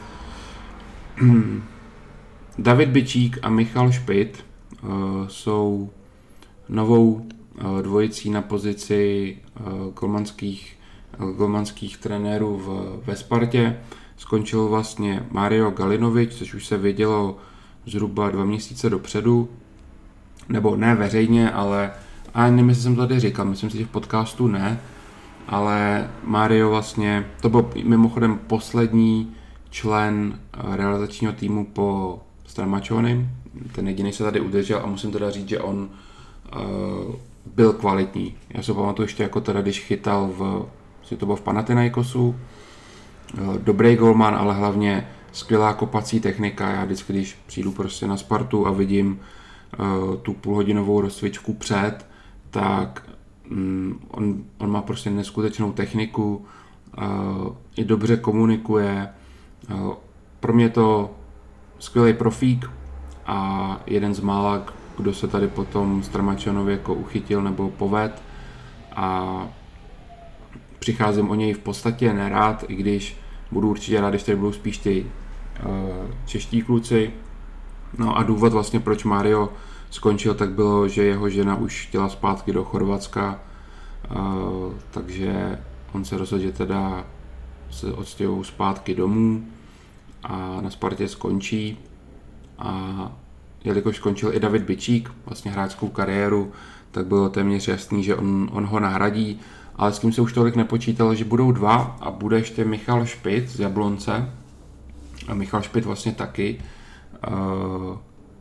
David Byčík a Michal Špit uh, jsou novou uh, dvojicí na pozici uh, golmanských, uh, golmanských trenérů v, ve Spartě. Skončil vlastně Mario Galinovič, což už se vědělo zhruba dva měsíce dopředu, nebo ne veřejně, ale a nevím, jestli jsem to tady říkal, myslím si, že v podcastu ne, ale Mario vlastně, to byl mimochodem poslední člen realizačního týmu po Stramačonem, ten jediný se tady udržel a musím teda říct, že on uh, byl kvalitní. Já se pamatuju ještě jako teda, když chytal v, to bylo v Panathinaikosu, uh, dobrý golman, ale hlavně skvělá kopací technika. Já vždycky, když přijdu prostě na Spartu a vidím uh, tu půlhodinovou rozcvičku před, tak um, on, on má prostě neskutečnou techniku, uh, i dobře komunikuje. Uh, pro mě je to skvělý profík a jeden z mála, kdo se tady potom Stramačanovi jako uchytil nebo poved a přicházím o něj v podstatě nerád, i když budu určitě rád, když tady budou spíš ty uh, čeští kluci. No a důvod vlastně, proč Mario skončil, tak bylo, že jeho žena už chtěla zpátky do Chorvatska, uh, takže on se rozhodl, že teda se odstěhují zpátky domů a na Spartě skončí. A jelikož skončil i David Byčík, vlastně hráčskou kariéru, tak bylo téměř jasný, že on, on ho nahradí, ale s tím se už tolik nepočítalo, že budou dva a bude ještě Michal Špit z Jablonce. A Michal Špit vlastně taky uh,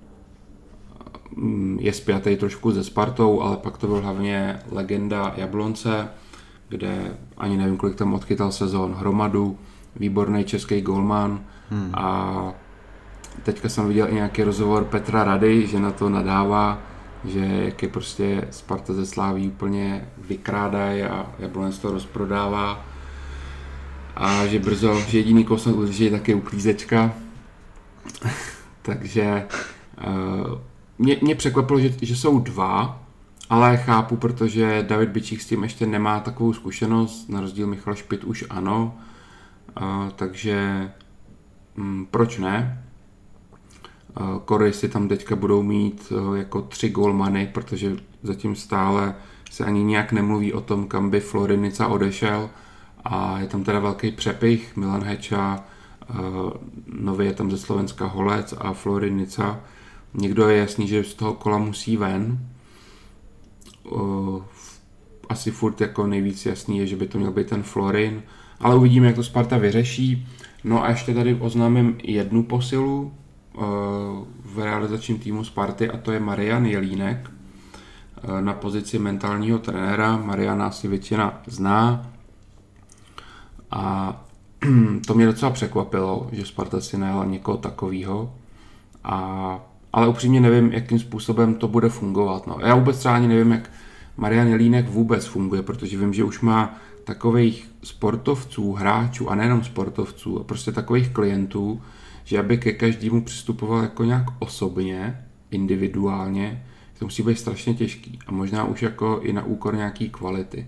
je spjatý trošku se Spartou, ale pak to byl hlavně legenda Jablonce, kde ani nevím, kolik tam odchytal sezón hromadu, výborný český golman hmm. a teďka jsem viděl i nějaký rozhovor Petra Rady, že na to nadává, že jak je prostě Sparta ze Sláví úplně vykrádají a Jablonec to rozprodává a že brzo, že jediný koho se udrží, tak je uklízečka. Takže uh, mě, mě překvapilo, že, že jsou dva, ale chápu, protože David Byčík s tím ještě nemá takovou zkušenost, na rozdíl Michal Špit už ano, uh, takže um, proč ne? Uh, Korejci tam teďka budou mít uh, jako tři golmany, protože zatím stále se ani nějak nemluví o tom, kam by Florinica odešel a je tam teda velký přepich, Milan Heča, uh, nově je tam ze Slovenska Holec a Florinica. Někdo je jasný, že z toho kola musí ven. Uh, asi furt jako nejvíc jasný je, že by to měl být ten Florin, ale uvidíme, jak to Sparta vyřeší. No a ještě tady oznámím jednu posilu uh, v realizačním týmu Sparty a to je Marian Jelínek uh, na pozici mentálního trenéra. Mariana asi většina zná a to mě docela překvapilo, že Sparta si najala někoho takového. A ale upřímně nevím, jakým způsobem to bude fungovat. No. Já vůbec třeba ani nevím, jak Marian Jelínek vůbec funguje, protože vím, že už má takových sportovců, hráčů a nejenom sportovců, a prostě takových klientů, že aby ke každému přistupoval jako nějak osobně, individuálně, to musí být strašně těžký a možná už jako i na úkor nějaký kvality.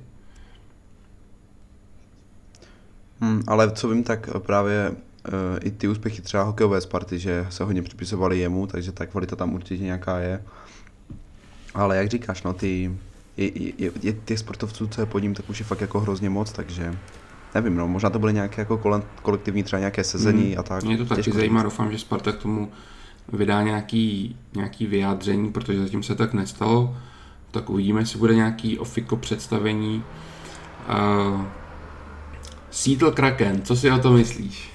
Hmm, ale co vím, tak právě i ty úspěchy třeba hokejové Sparty, že se hodně připisovaly jemu, takže ta kvalita tam určitě nějaká je. Ale jak říkáš, no ty, je, je, je těch sportovců, co je pod ním, tak už je fakt jako hrozně moc, takže nevím, no, možná to bude nějaké jako kolektivní třeba nějaké sezení hmm, a tak. Mě to taky zajímá, doufám, že Sparta k tomu vydá nějaký, nějaký vyjádření, protože zatím se tak nestalo, tak uvidíme, jestli bude nějaký ofiko představení. Uh, Seattle Kraken, co si o to myslíš?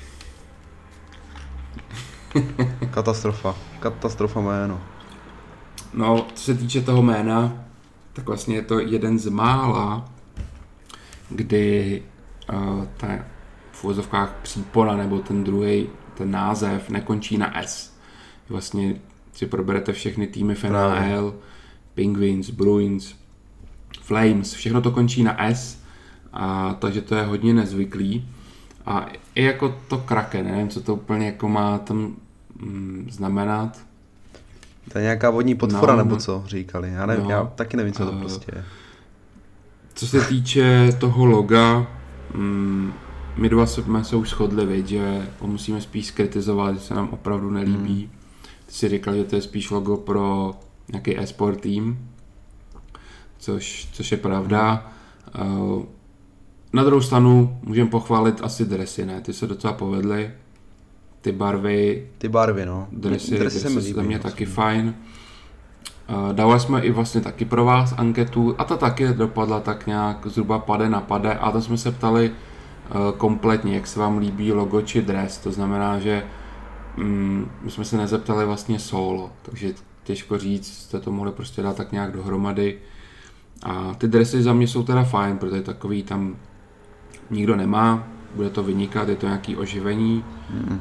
Katastrofa, katastrofa jméno. No, co se týče toho jména, tak vlastně je to jeden z mála, kdy uh, ta v uvozovkách přípona nebo ten druhý, ten název nekončí na S. Vlastně si proberete všechny týmy v N H L, Penguins, Bruins, Flames, všechno to končí na S, a takže to je hodně nezvyklý. A i jako to Kraken, nevím, co to úplně jako má tam mm, znamenat. To je nějaká vodní podpora, no, nebo co říkali, já, nevím, no, já taky nevím, co to uh, prostě je. Co se týče toho loga, mm, my dva jsme se už shodli, věď, že ho musíme spíš skritizovat, že se nám opravdu nelíbí. Hmm. Ty si říkal, že to je spíš logo pro nějaký e-sport tým, což, což je pravda. Uh, na druhou stranu můžeme pochválit asi dresy, ne? Ty se docela povedly. Ty barvy, ty barvy, no. Dresy, dresy, dresy se mě taky fajn. Uh, dávali jsme i vlastně taky pro vás anketu a ta taky dopadla tak nějak zhruba pade na pade a tam jsme se ptali uh, kompletně, jak se vám líbí logo či dres, to znamená, že um, my jsme se nezeptali vlastně solo, takže těžko říct, jste to mohli prostě dát tak nějak dohromady a ty dresy za mě jsou teda fajn, protože takový tam nikdo nemá, bude to vynikat, je to nějaký oživení. Mm.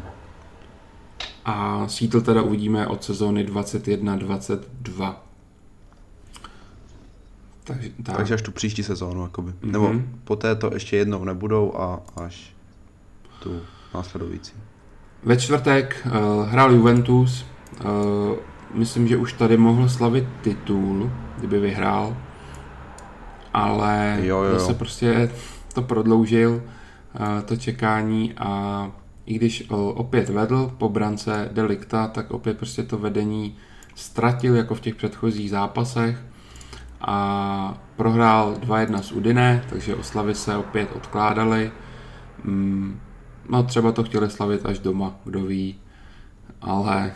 A Seattle teda uvidíme od sezóny dvacet jedna dvacet dva. Takže, tak. Takže až tu příští sezónu, jakoby. Mm-hmm. Nebo poté to ještě jednou nebudou a až tu následující. Ve čtvrtek uh, hrál Juventus. Uh, myslím, že už tady mohl slavit titul, kdyby vyhrál. Ale jo, jo. zase prostě to prodloužil, uh, to čekání a i když opět vedl po brance Delikta, tak opět prostě to vedení ztratil jako v těch předchozích zápasech a prohrál dva jedna s Udine, takže oslavy se opět odkládaly. No třeba to chtěli slavit až doma, kdo ví, ale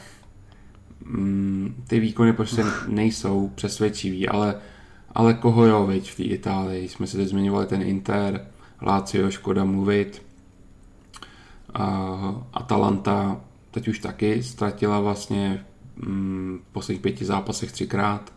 ty výkony prostě nejsou přesvědčivý, ale, ale koho jo, viď, v té Itálii, jsme si teď zmiňovali ten Inter, Lazio, škoda mluvit. Uh, Atalanta teď už taky ztratila vlastně mm, v posledních pěti zápasech třikrát.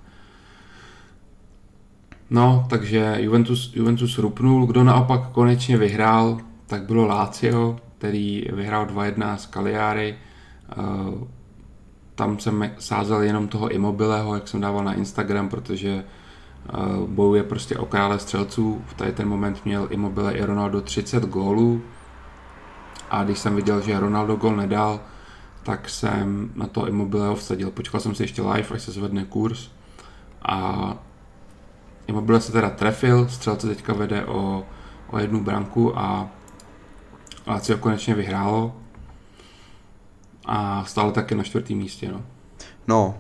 No, takže Juventus, Juventus rupnul. Kdo naopak konečně vyhrál, tak bylo Lazio, který vyhrál dva jedna s Cagliari. Uh, tam jsem sázel jenom toho Immobileho, jak jsem dával na Instagram, protože uh, bojuje prostě o krále střelců. V tady ten moment měl Immobile i Ronaldo třicet gólů. A když jsem viděl, že Ronaldo gol nedal, tak jsem na to Immobileho vsadil. Počkal jsem si ještě live, až se zvedne kurz. A Immobile se teda trefil, střelce teďka vede o, o jednu branku a Lazio konečně vyhrálo. A stále taky na čtvrtém místě. No. no.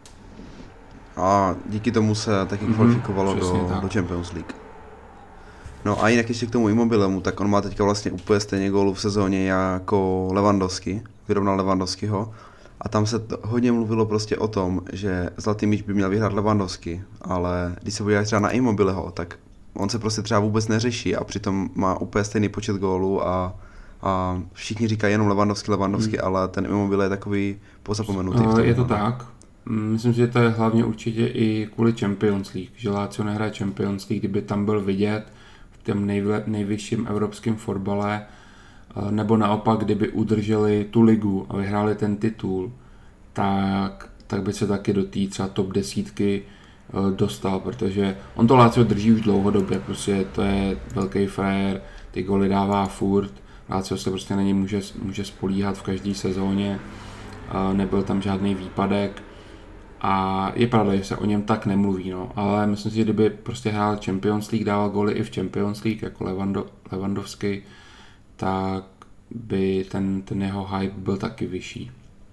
A díky tomu se taky mm-hmm, kvalifikovalo do, tak. do Champions League. No a jinak ještě k tomu Immobilemu, tak on má teďka vlastně úplně stejně gólů v sezóně jako Lewandowski, vyrovnal Lewandowskiho. A tam se t- hodně mluvilo prostě o tom, že zlatý míč by měl vyhrát Lewandowski, ale když se podíváš třeba na Immobileho, tak on se prostě třeba vůbec neřeší a přitom má úplně stejný počet gólů a, a všichni říkají jenom Lewandowski, Lewandowski, hmm. ale ten Immobile je takový pozapomenutý. Uh, je to tak. Myslím si, že to je hlavně určitě i kvůli Champions League, že Lazio nehraje Champions League, kdyby tam byl vidět v tom nejvle, nejvyšším evropském fotbale, nebo naopak, kdyby udrželi tu ligu a vyhráli ten titul, tak, tak by se taky do té třeba top desítky dostal, protože on to Lazio drží už dlouhodobě, prostě to je velký frajer, ty goly dává furt, Lazio se prostě na něj může, může spolíhat v každé sezóně, nebyl tam žádný výpadek a je pravda, že se o něm tak nemluví, no, ale myslím si, že kdyby prostě hrál Champions League, dával goly i v Champions League jako Lewando, Lewandowski, tak by ten, ten jeho hype byl taky vyšší.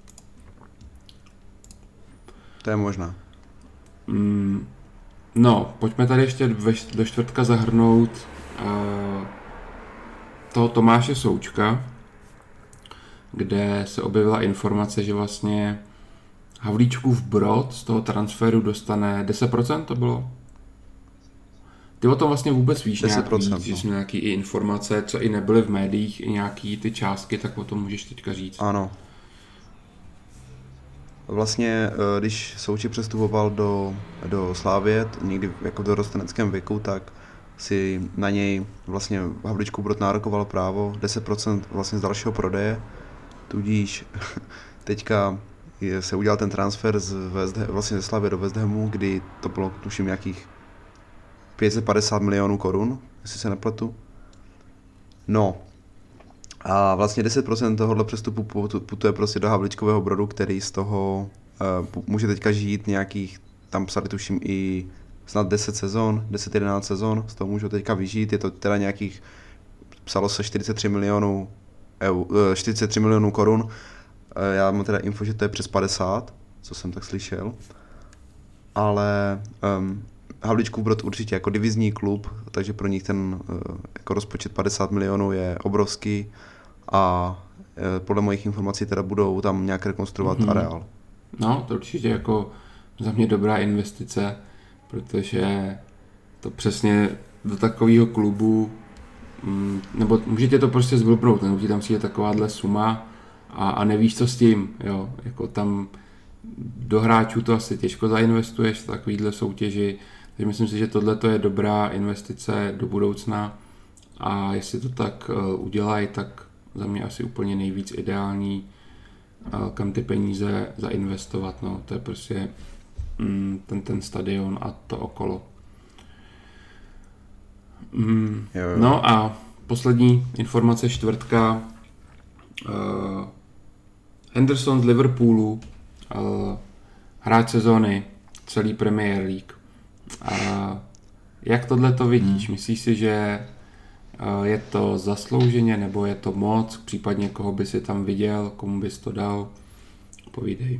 To je možná. Mm, no, pojďme tady ještě ve, do čtvrtka zahrnout uh, toho Tomáše Součka, kde se objevila informace, že vlastně Havlíčkův Brod z toho transferu dostane deset procent, to bylo? Ty o tom vlastně vůbec víš nějak víc, no. Že jsi nějaký i informace, co i nebyly v médiích, i nějaký ty částky, tak o tom můžeš teďka říct. Ano. Vlastně, když Souček přestupoval do, do Slávie, někdy jako v dorosteneckém věku, tak si na něj vlastně Havlíčkův Brod nárokoval právo deset procent vlastně z dalšího prodeje, tudíž teďka se udělal ten transfer z West, vlastně ze Slavie do West Hamu, kdy to bylo tuším nějakých pět set padesát milionů korun, jestli se nepletu. No a vlastně deset procent tohohle přestupu putuje prostě do Havlíčkového Brodu, který z toho uh, může teďka žít nějakých, tam psali tuším i snad deset sezon, deset jedenáct sezon, z toho můžou teďka vyžít, je to teda nějakých, psalo se čtyřicet tři milionů, čtyřicet tři milionů korun, já mám teda info, že to je přes padesát, co jsem tak slyšel, ale um, Havlíčkův Brod určitě jako divizní klub, takže pro nich ten uh, jako rozpočet padesát milionů je obrovský a uh, podle mojich informací teda budou tam nějak rekonstruovat mm-hmm. areál. No, to určitě jako za mě dobrá investice, protože to přesně do takového klubu, mm, nebo můžete to prostě zblbnout, nebo ti tam přijde takováhle suma a, a nevíš, co s tím, jo, jako tam do hráčů to asi těžko zainvestuješ v takovýhle soutěži, takže myslím si, že tohle je dobrá investice do budoucna a jestli to tak uh, udělají, tak za mě asi úplně nejvíc ideální, uh, kam ty peníze zainvestovat, no, to je prostě mm, ten, ten stadion a to okolo. Mm, jo, jo. No a poslední informace čtvrtka, uh, Henderson z Liverpoolu, uh, hráč sezóny, celý Premier League. A jak tohle to vidíš? Hmm. Myslíš si, že je to zaslouženě, nebo je to moc? Případně koho by si tam viděl, komu bys to dal? Povídej.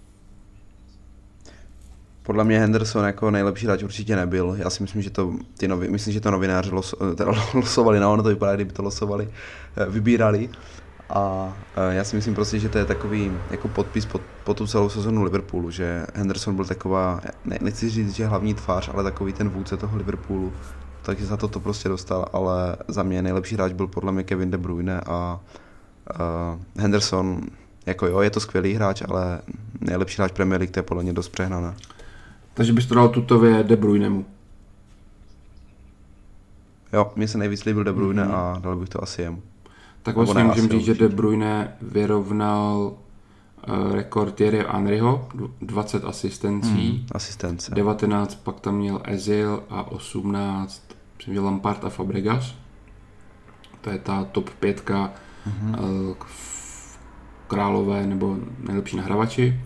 Podle mě Henderson jako nejlepší hráč určitě nebyl. Já si myslím, že to ty novi, myslím, že to novináři los, losovali, no ono to vypadá, kdyby to losovali, vybírali. A já si myslím prostě, že to je takový jako podpis pod, pod tu celou sezonu Liverpoolu, že Henderson byl taková, ne, nechci říct, že hlavní tvář, ale takový ten vůdce toho Liverpoolu, takže za to to prostě dostal, ale za mě nejlepší hráč byl podle mě Kevin De Bruyne a uh, Henderson, jako jo, je to skvělý hráč, ale nejlepší hráč Premier League, to je podle mě dost přehnané. Takže bys to dal tutově De Bruynemu? Jo, mně se nejvíc líbil De Bruyne mm-hmm. a dal bych to asi jemu. Tak vlastně můžeme říct, že De Bruyne vyrovnal uh, rekord Thierry Henryho, dvacet asistencí, hmm, asistence. devatenáct pak tam měl Ezil a osmnáct měl Lampard a Fabregas. To je ta top pětka hmm. uh, králové nebo nejlepší nahravači.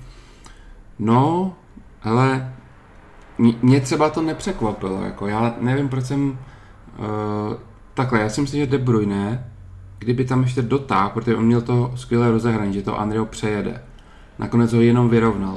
No, hele, mě třeba to nepřekvapilo, jako já nevím, proč jsem uh, takhle, já si myslím, že De Bruyne, kdyby tam ještě dotáhl, protože on měl to skvělé rozehraní, že to Henryho přejede. Nakonec ho jenom vyrovnal.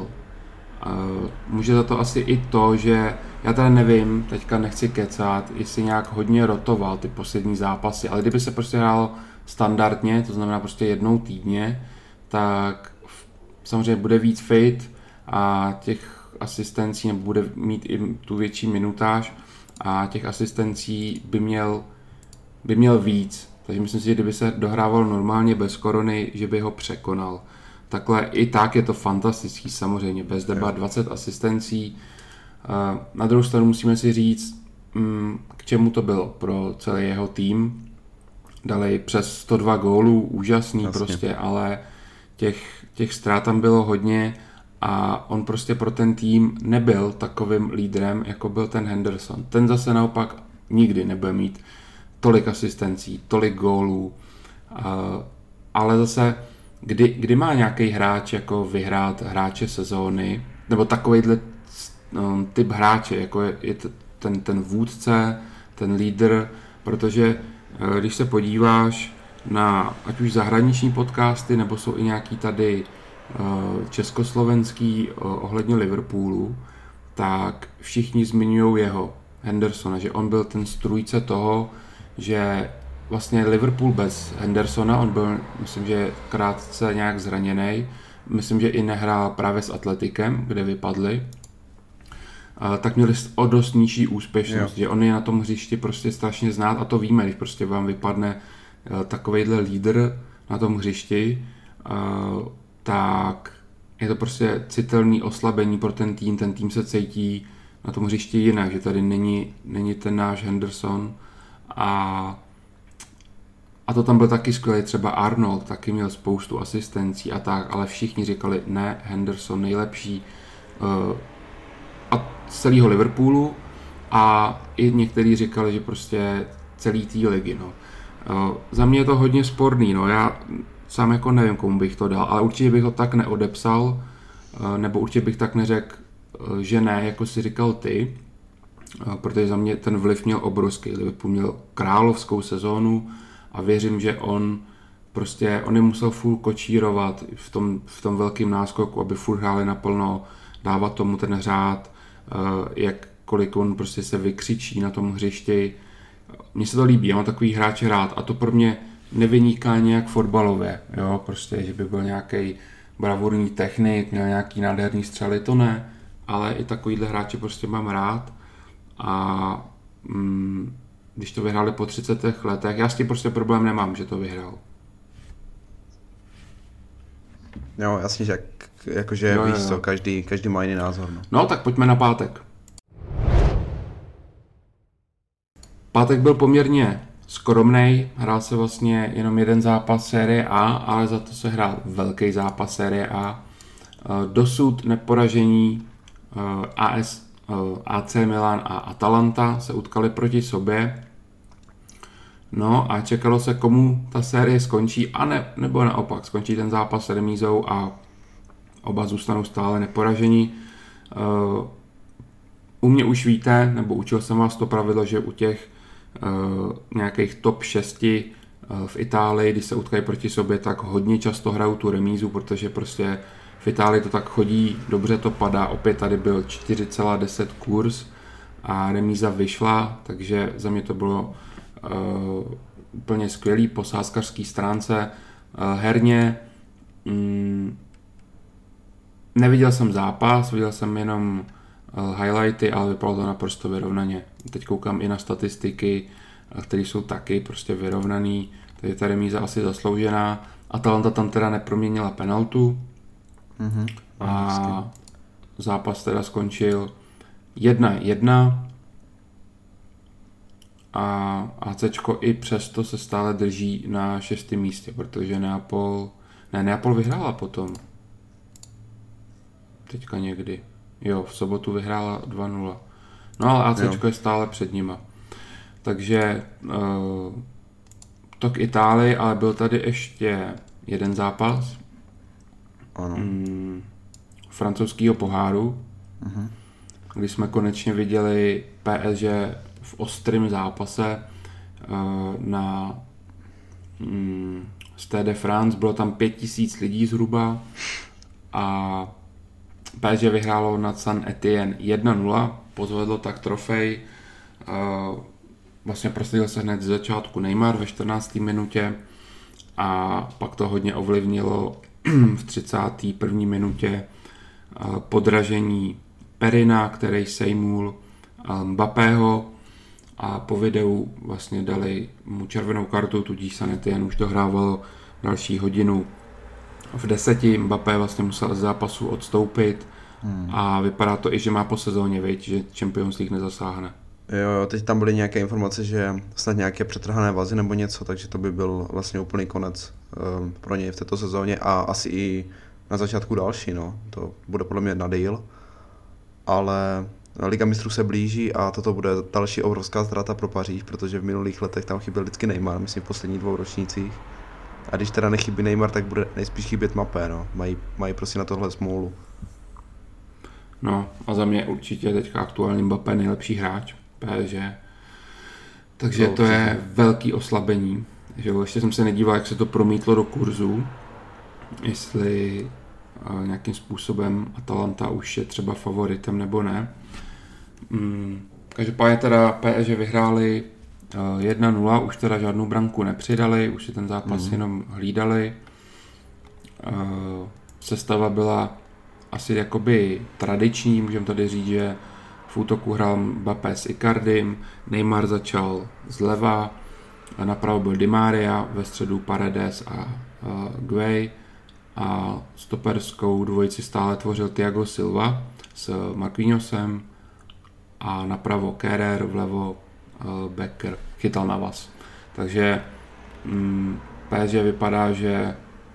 Může za to asi i to, že já tady nevím, teďka nechci kecat, jestli nějak hodně rotoval ty poslední zápasy, ale kdyby se prostě hrál standardně, to znamená prostě jednou týdně, tak samozřejmě bude víc fit a těch asistencí, nebo bude mít i tu větší minutáž a těch asistencí by měl, by měl víc. Takže myslím si, že kdyby se dohrával normálně bez korony, že by ho překonal. Takhle i tak je to fantastický, samozřejmě, bez debat, dvacet asistencí. Na druhou stranu musíme si říct, k čemu to bylo pro celý jeho tým. Dali přes sto dva gólů, úžasný Jasně. prostě, ale těch, těch ztrát tam bylo hodně a on prostě pro ten tým nebyl takovým lídrem, jako byl ten Henderson. Ten zase naopak nikdy nebude mít tolik asistencí, tolik gólů, ale zase, kdy, kdy má nějaký hráč jako vyhrát hráče sezóny, nebo takovejhle typ hráče, jako je, je ten, ten vůdce, ten lídr, protože když se podíváš na ať už zahraniční podcasty, nebo jsou i nějaký tady československý ohledně Liverpoolu, tak všichni zmiňují jeho, Hendersona, že on byl ten strůjce toho, že vlastně Liverpool bez Hendersona, on byl, myslím, že krátce nějak zraněný, myslím, že i nehrál právě s Atletikem, kde vypadli, tak měli o dost nižší úspěšnost, jo. Že on je na tom hřišti prostě strašně znát a to víme, když prostě vám vypadne takovejhle lídr na tom hřišti, tak je to prostě citelný oslabení pro ten tým, ten tým se cítí na tom hřišti jinak, že tady není, není ten náš Henderson a, a to tam byl taky skvělý, třeba Arnold taky měl spoustu asistencí a tak, ale všichni říkali ne, Henderson nejlepší a celého Liverpoolu a i někteří říkali, že prostě celý té ligy, no. Za mě je to hodně sporný, no, já sám jako nevím, komu bych to dal, ale určitě bych ho tak neodepsal, nebo určitě bych tak neřekl, že ne, jako si říkal ty, protože za mě ten vliv měl obrovský. Liverpool měl královskou sezónu a věřím, že on prostě, on je musel furt kočírovat v tom, v tom velkém náskoku, aby furt hráli naplno, dávat tomu ten řád, jak kolik on prostě se vykřičí na tom hřišti. Mně se to líbí, já mám takový hráče rád a to pro mě nevyniká nějak fotbalově, jo, prostě, že by byl nějaký bravurní technik, měl nějaký nádherný střely, to ne, ale i takovýhle hráče prostě mám rád a mm, když to vyhráli po třiceti letech, já s tím prostě problém nemám, že to vyhrál. Jo, jasně, že jakože jo, víš jo, jo. co, každý, každý má jiný názor. No. no, tak pojďme na pátek. Pátek byl poměrně skromnej, hrál se vlastně jenom jeden zápas série A, ale za to se hrál velký zápas série A. Dosud neporažení AS, A C Milan a Atalanta se utkali proti sobě. No a čekalo se, komu ta série skončí, a ne, nebo naopak, skončí ten zápas remízou a oba zůstanou stále neporažení. U mě už víte, nebo učil jsem vás to pravidlo, že u těch Uh, nějakých top šesti uh, v Itálii, když se utkají proti sobě, tak hodně často hrajou tu remízu, protože prostě v Itálii to tak chodí, dobře to padá, opět tady byl čtyři celá deset kurz a remíza vyšla, takže za mě to bylo uh, úplně skvělý po sázkařské stránce. Uh, herně mm, neviděl jsem zápas, viděl jsem jenom highlighty, ale vypadalo to naprosto vyrovnaně. Teď koukám i na statistiky, které jsou taky prostě vyrovnaný, takže ta remíza asi zasloužená. Atalanta tam teda neproměnila penaltu mm-hmm. a zápas teda skončil jedna jedna a ACčko i přesto se stále drží na šestém místě, protože Neapol, ne, Neapol vyhrála potom. Teďka někdy. Jo, v sobotu vyhrála dva nula. No ale ACčko je stále před nima. Takže uh, to k Itálii, ale byl tady ještě jeden zápas. Ano. Mm, francouzského poháru, uh-huh. kdy jsme konečně viděli P S G v ostrém zápase uh, na mm, Stade de France. Bylo tam pět tisíc lidí zhruba a P S G vyhrálo nad Saint-Étienne jedna nula, pozvedlo tak trofej, vlastně prosadil se hned z začátku Neymar ve čtrnácté minutě a pak to hodně ovlivnilo v třicáté první minutě podražení Perina, který sejmul Mbappého a po videu vlastně dali mu červenou kartu, tudíž Saint-Étienne už dohrávalo další hodinu. V deseti Mbappé vlastně musel z zápasu odstoupit hmm. a vypadá to i, že má po sezóně, viď, že Champions League nezasáhne. Jo, jo, teď tam byly nějaké informace, že snad nějaké přetrhané vazy nebo něco, takže to by byl vlastně úplný konec um, pro něj v této sezóně a asi i na začátku další, no. To bude podle mě na deal, ale Liga mistrů se blíží a toto bude další obrovská ztráta pro Paříž, protože v minulých letech tam chyběl vždycky Neymar, myslím v posledních dvou ročnících. A když teda nechybí Neymar, tak bude nejspíš chybět Mbappé, no. Mají, mají prostě na tohle smůlu. No a za mě určitě teďka aktuální Mbappé nejlepší hráč P S G. Takže to, to je velký oslabení. Že ještě jsem se nedíval, jak se to promítlo do kurzu. Jestli uh, nějakým způsobem Atalanta už je třeba favoritem nebo ne. Mm, každopádně teda P S G vyhráli jedna nula, už teda žádnou branku nepřidali, už si ten zápas mm. jenom hlídali. sestava byla asi jakoby tradiční, můžeme tady říct, že v útoku hrál Mbappé s Icardim, Neymar začal zleva, napravo byl Di Maria, ve středu Paredes a, a Gueye a stoperskou dvojici stále tvořil Thiago Silva s Marquinhosem a napravo Kerrer, vlevo uh, Becker, chytal na vás. Takže mm, P S G vypadá, že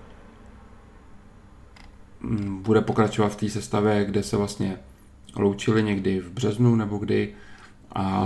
mm, bude pokračovat v té sestavě, kde se vlastně loučili někdy v březnu nebo kdy. A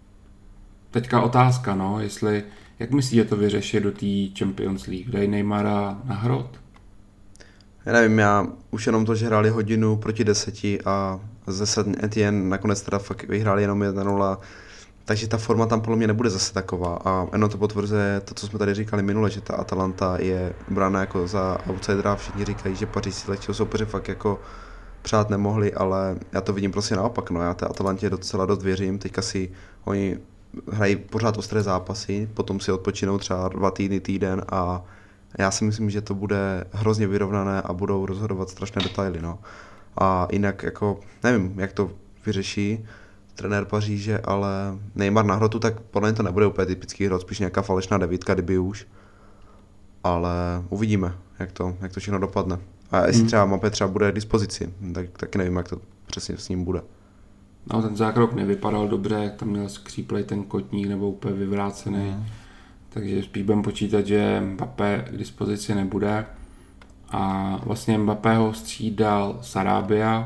teďka otázka, no, jestli, jak myslíte to vyřešit do té Champions League? Dej Neymara na hrot? Já nevím, já už jenom to, že hráli hodinu proti deseti a ze Saint-Étienne nakonec teda fakt vyhráli jenom jedna nula, takže ta forma tam podle mě nebude zase taková a jenom to potvrzuje to, co jsme tady říkali minule, že ta Atalanta je brána jako za outsidera, všichni říkají, že Paříž si lehčího soupeře fakt jako přát nemohli, ale já to vidím prostě naopak, no, já té Atalantě docela dost věřím, teďka si oni hrají pořád ostré zápasy, potom si odpočinou třeba dva týdny, týden a já si myslím, že to bude hrozně vyrovnané a budou rozhodovat strašné detaily, no. A jinak jako, nevím, jak to vyřeší trenér Paříže, ale Neymar na hrotu, tak podle mě to nebude úplně typický hrot, spíš nějaká falešná devítka, kdyby už. Ale uvidíme, jak to, jak to všechno dopadne. A jestli třeba Mbappé třeba bude k dispozici, tak taky nevím, jak to přesně s ním bude. No, ten zákrok nevypadal dobře, tam měl skříplej ten kotník nebo úplně vyvrácený. Mm. Takže spíš budeme počítat, že Mbappé k dispozici nebude. A vlastně Mbappého střídal Sarabia.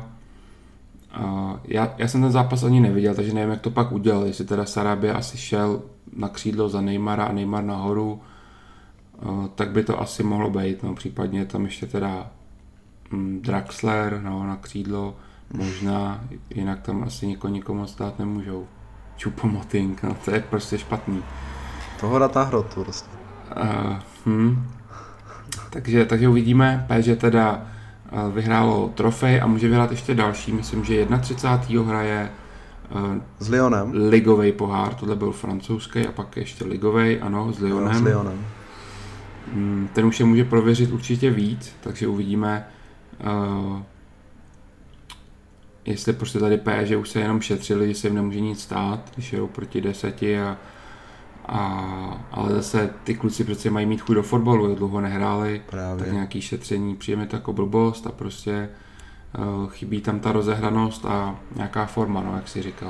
Já, já jsem ten zápas ani neviděl, takže nevím, jak to pak udělal. Jestli teda Sarabia asi šel na křídlo za Neymara a Neymar nahoru, tak by to asi mohlo být. No, případně tam ještě teda Draxler no, na křídlo, možná, jinak tam asi nikomu nikomu stát nemůžou. Choupo-Moting, no, to je prostě špatný. Toho dát na hrotu prostě. Uh, hm. takže, takže uvidíme, P S G teda uh, vyhrálo trofej a může vyhrát ještě další, myslím, že třicátého prvního hraje uh, s Lyonem. Ligovej pohár, tohle byl francouzský a pak ještě ligovej, ano, s Lyonem. No, s Lyonem. Um, ten už je může prověřit určitě víc, takže uvidíme, uh, jestli prostě tady P S G už se jenom šetřili, že se jim nemůže nic stát, když jedou proti deseti a A, ale zase ty kluci přece mají mít chuť do fotbalu, dlouho nehráli, Právě. Tak nějaký šetření přijeme to jako blbost a prostě uh, chybí tam ta rozehranost a nějaká forma, no, jak jsi říkal.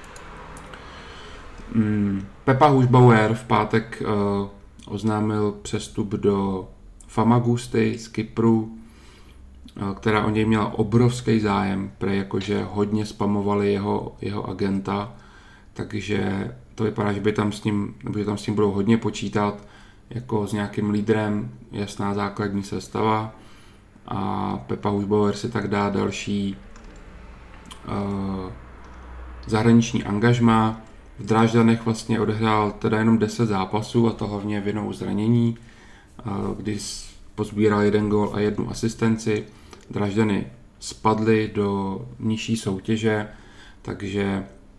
Mm, Pepa Husbauer v pátek uh, oznámil přestup do Famagusty z Kypru, uh, která o něj měla obrovský zájem, pre jakože hodně spamovali jeho, jeho agenta, takže to vypadá, že by tam s ním, nebo že tam s ním budou hodně počítat, jako s nějakým lídrem, jasná základní sestava a Pepa Husbauer si tak dá další uh, zahraniční angažmá. V Drážďanech vlastně odehrál teda jenom deset zápasů a to hlavně vinou zranění, uh, kdy pozbíral jeden gól a jednu asistenci. Drážďany spadly do nižší soutěže, takže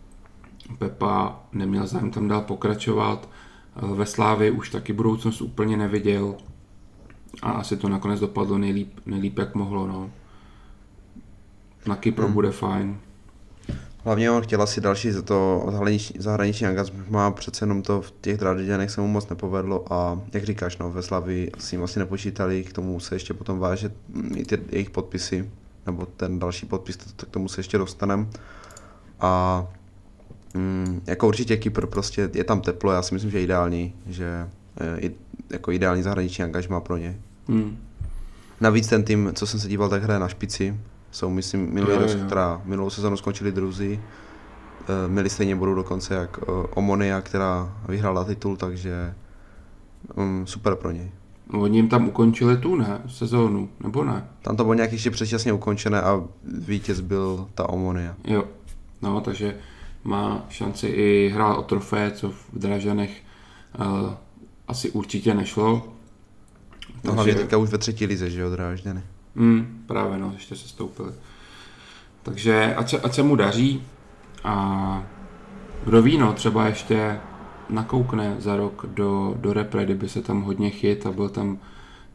Pepa neměl zájem tam dál pokračovat. Ve Slávii už taky budoucnost úplně neviděl a asi to nakonec dopadlo nejlíp, nejlíp jak mohlo. No. Na Kypru hmm. bude fajn. Hlavně on chtěl asi další za to zahraniční angažmá, přece jenom to v těch Drážďanech se mu moc nepovedlo a jak říkáš, no, ve Slavii s ním asi nepočítali, k tomu se ještě potom vážet i ty jejich podpisy, nebo ten další podpis, tak k tomu se ještě dostaneme. A Mm, jako určitě Kypr, prostě je tam teplo, já si myslím, že je ideální, že je jako ideální zahraniční angažmá pro ně. Hmm. Navíc ten tým, co jsem se díval, tak hraje na špici, jsou myslím minulý rok, která minulou sezonu skončili druzí, e, měli stejně budou dokonce jak e, Omonia, která vyhrála titul, takže um, super pro něj. Oni jim tam ukončili tu, ne? Sezónu, nebo ne? Tam to bylo nějak ještě předčasně ukončené a vítěz byl ta Omonia. Jo, no takže má šanci i hrát o trofé, co v Drážďanech uh, asi určitě nešlo. No hlavně teďka už ve třetí lize, že jo, Drážďany. Mm, právě, no, ještě se stoupili. Takže ať se, ať se mu daří a kdo ví, no, třeba ještě nakoukne za rok do, do repre, kdyby se tam hodně chyt a byl tam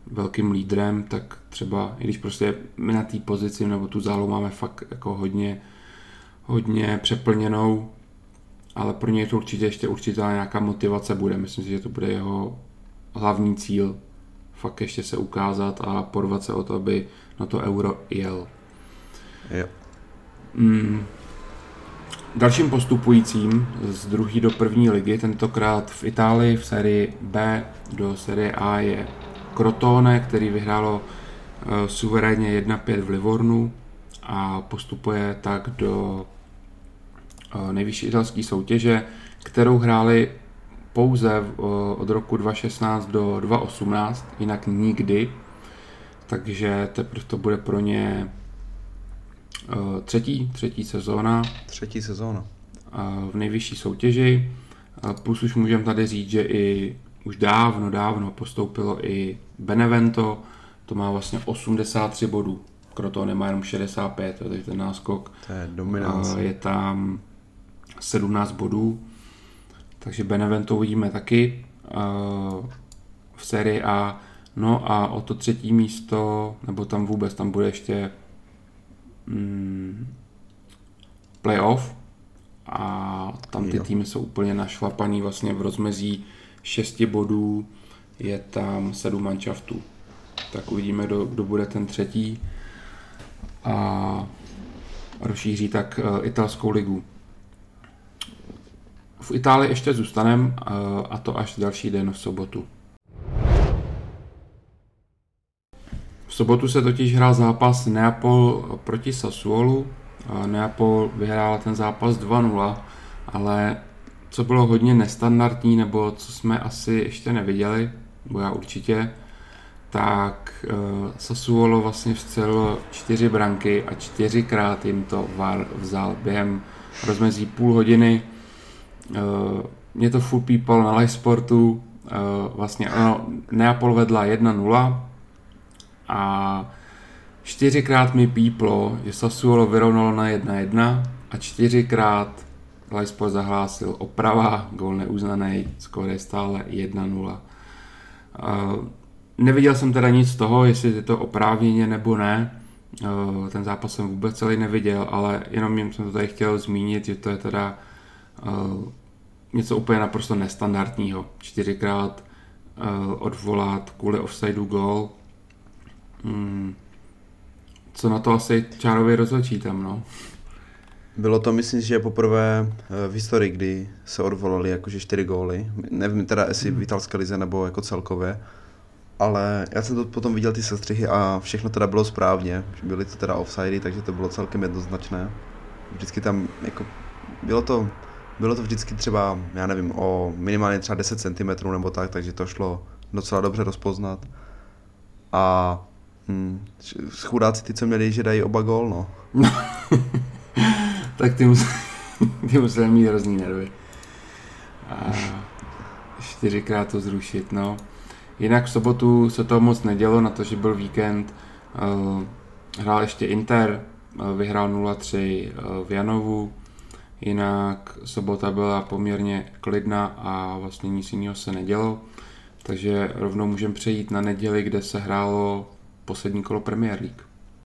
velkým lídrem, tak třeba, i když prostě my na té pozici nebo tu zálohu máme fakt jako hodně, hodně přeplněnou, ale pro něj to určitě ještě určitá nějaká motivace bude. Myslím si, že to bude jeho hlavní cíl. Fakt ještě se ukázat a porvat se o to, aby na to Euro jel. Jo. Mm. Dalším postupujícím z druhé do první ligy, tentokrát v Itálii v sérii B do série A je Crotone, který vyhrálo uh, suverénně jedna pět v Livornu a postupuje tak do uh, nejvyšší italské soutěže, kterou hráli pouze v, uh, od roku dva tisíce šestnáct do dva tisíce osmnáct, jinak nikdy, takže teprve to bude pro ně uh, třetí, třetí sezóna. Třetí sezóna. Uh, v nejvyšší soutěži, uh, plus už můžeme tady říct, že i už dávno, dávno postoupilo i Benevento, to má vlastně osmdesát tři bodů, Crotone má jenom šedesát pět, takže ten náskok. To je dominance. Je tam sedmnáct bodů, takže Benevento uvidíme taky v sérii A. No a o to třetí místo, nebo tam vůbec, tam bude ještě mm, playoff a tam ty týmy jsou úplně našlapaný vlastně v rozmezí šesti bodů, je tam sedm manšaftů. Tak uvidíme, kdo, kdo bude ten třetí a rozšíří tak uh, italskou ligu. V Itálii ještě zůstanem uh, a to až další den v sobotu. V sobotu se totiž hrál zápas Neapol proti Sassuolu. Uh, Neapol vyhrál ten zápas dva nula, ale co bylo hodně nestandardní, nebo co jsme asi ještě neviděli, nebo já určitě, tak uh, Sassuolo vlastně vstřelilo čtyři branky a čtyřikrát jim to V A R vzal během rozmezí půl hodiny. Uh, mě to full people na live sportu, uh, vlastně ano, Neapol vedla jedna nula a čtyřikrát mi píplo, že Sassuolo vyrovnalo na jedna jedna a čtyřikrát live sport zahlásil oprava, gól neuznaný, skóre je stále jedna nula. Uh, neviděl jsem teda nic z toho, jestli je to oprávněně nebo ne, uh, ten zápas jsem vůbec celý neviděl, ale jenom jsem to tady chtěl zmínit, že to je teda uh, něco úplně naprosto nestandardního. Čtyřikrát uh, odvolat kvůli offsideu gól. Hmm. Co na to asi čárově rozhodčí tam, no? Bylo to, myslím, že poprvé v historii, kdy se odvolali jakože čtyři góly. Nevím teda, jestli v italské lize nebo jako celkově. Ale já jsem to potom viděl ty sestřihy a všechno teda bylo správně. Byly to teda offsidy, takže to bylo celkem jednoznačné. Vždycky tam jako bylo to, bylo to vždycky třeba, já nevím, o minimálně třeba deset centimetrů nebo tak, takže to šlo docela dobře rozpoznat. A hm, chudáci ty, co měli, že dají oba gól, no. Tak ty, musel, ty museli mít hrozný nervy. A čtyřikrát to zrušit, no. Jinak v sobotu se toho moc nedělo, na to, že byl víkend. Uh, hrál ještě Inter, uh, vyhrál nula tři uh, v Janovu. Jinak sobota byla poměrně klidná a vlastně nic jiného se nedělo. Takže rovnou můžeme přejít na neděli, kde se hrálo poslední kolo Premier League.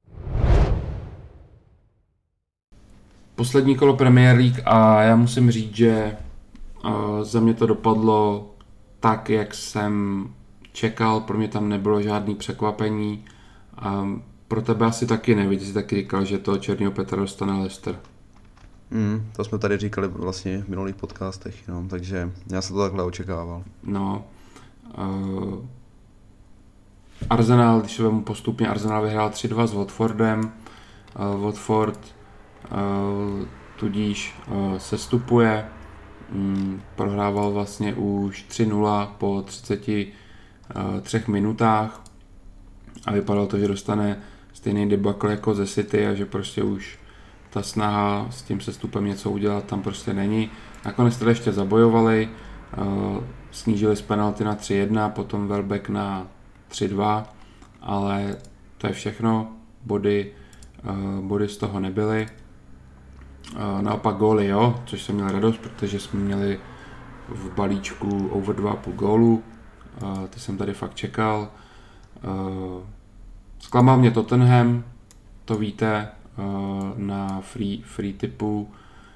Poslední kolo Premier League a já musím říct, že uh, za mě to dopadlo tak, jak jsem čekal, pro mě tam nebylo žádný překvapení. Um, pro tebe asi taky nevíš, jsi taky říkal, že to Černýho Petra dostane Leicester. Mm, to jsme tady říkali vlastně v minulých podcastech, no, takže já jsem to takhle očekával. No, uh, Arsenal, když se vemu postupně, Arsenal vyhrál tři dva s Watfordem. Uh, Watford uh, tudíž uh, sestupuje, um, prohrával vlastně už tři nula po třiceti třech minutách a vypadalo to, že dostane stejný debakl jako ze City a že prostě už ta snaha s tím sestupem něco udělat tam prostě není. Nakonec teda ještě zabojovali, snížili z penalty na tři jedna, potom Welbeck na tři dva, ale to je všechno, body, body z toho nebyly. Naopak góly, jo, což jsem měl radost, protože jsme měli v balíčku over dva a půl gólu. Uh, ty jsem tady fakt čekal. Zklamal mě Tottenham, to víte, na free, free typu,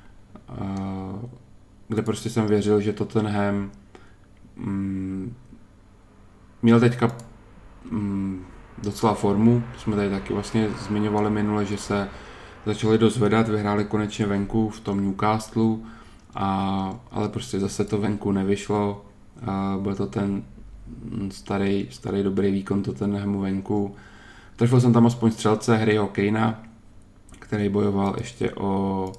kde prostě jsem věřil, že Tottenham mm, měl teďka mm, docela formu, jsme tady taky vlastně zmiňovali minule, že se začali dozvedat, vyhráli konečně venku v tom Newcastlu, a, ale prostě zase to venku nevyšlo, a byl to ten starý, starý dobrý výkon Tottenhamu venku. Trefil jsem tam aspoň střelce Harryho Kanea, který bojoval ještě o,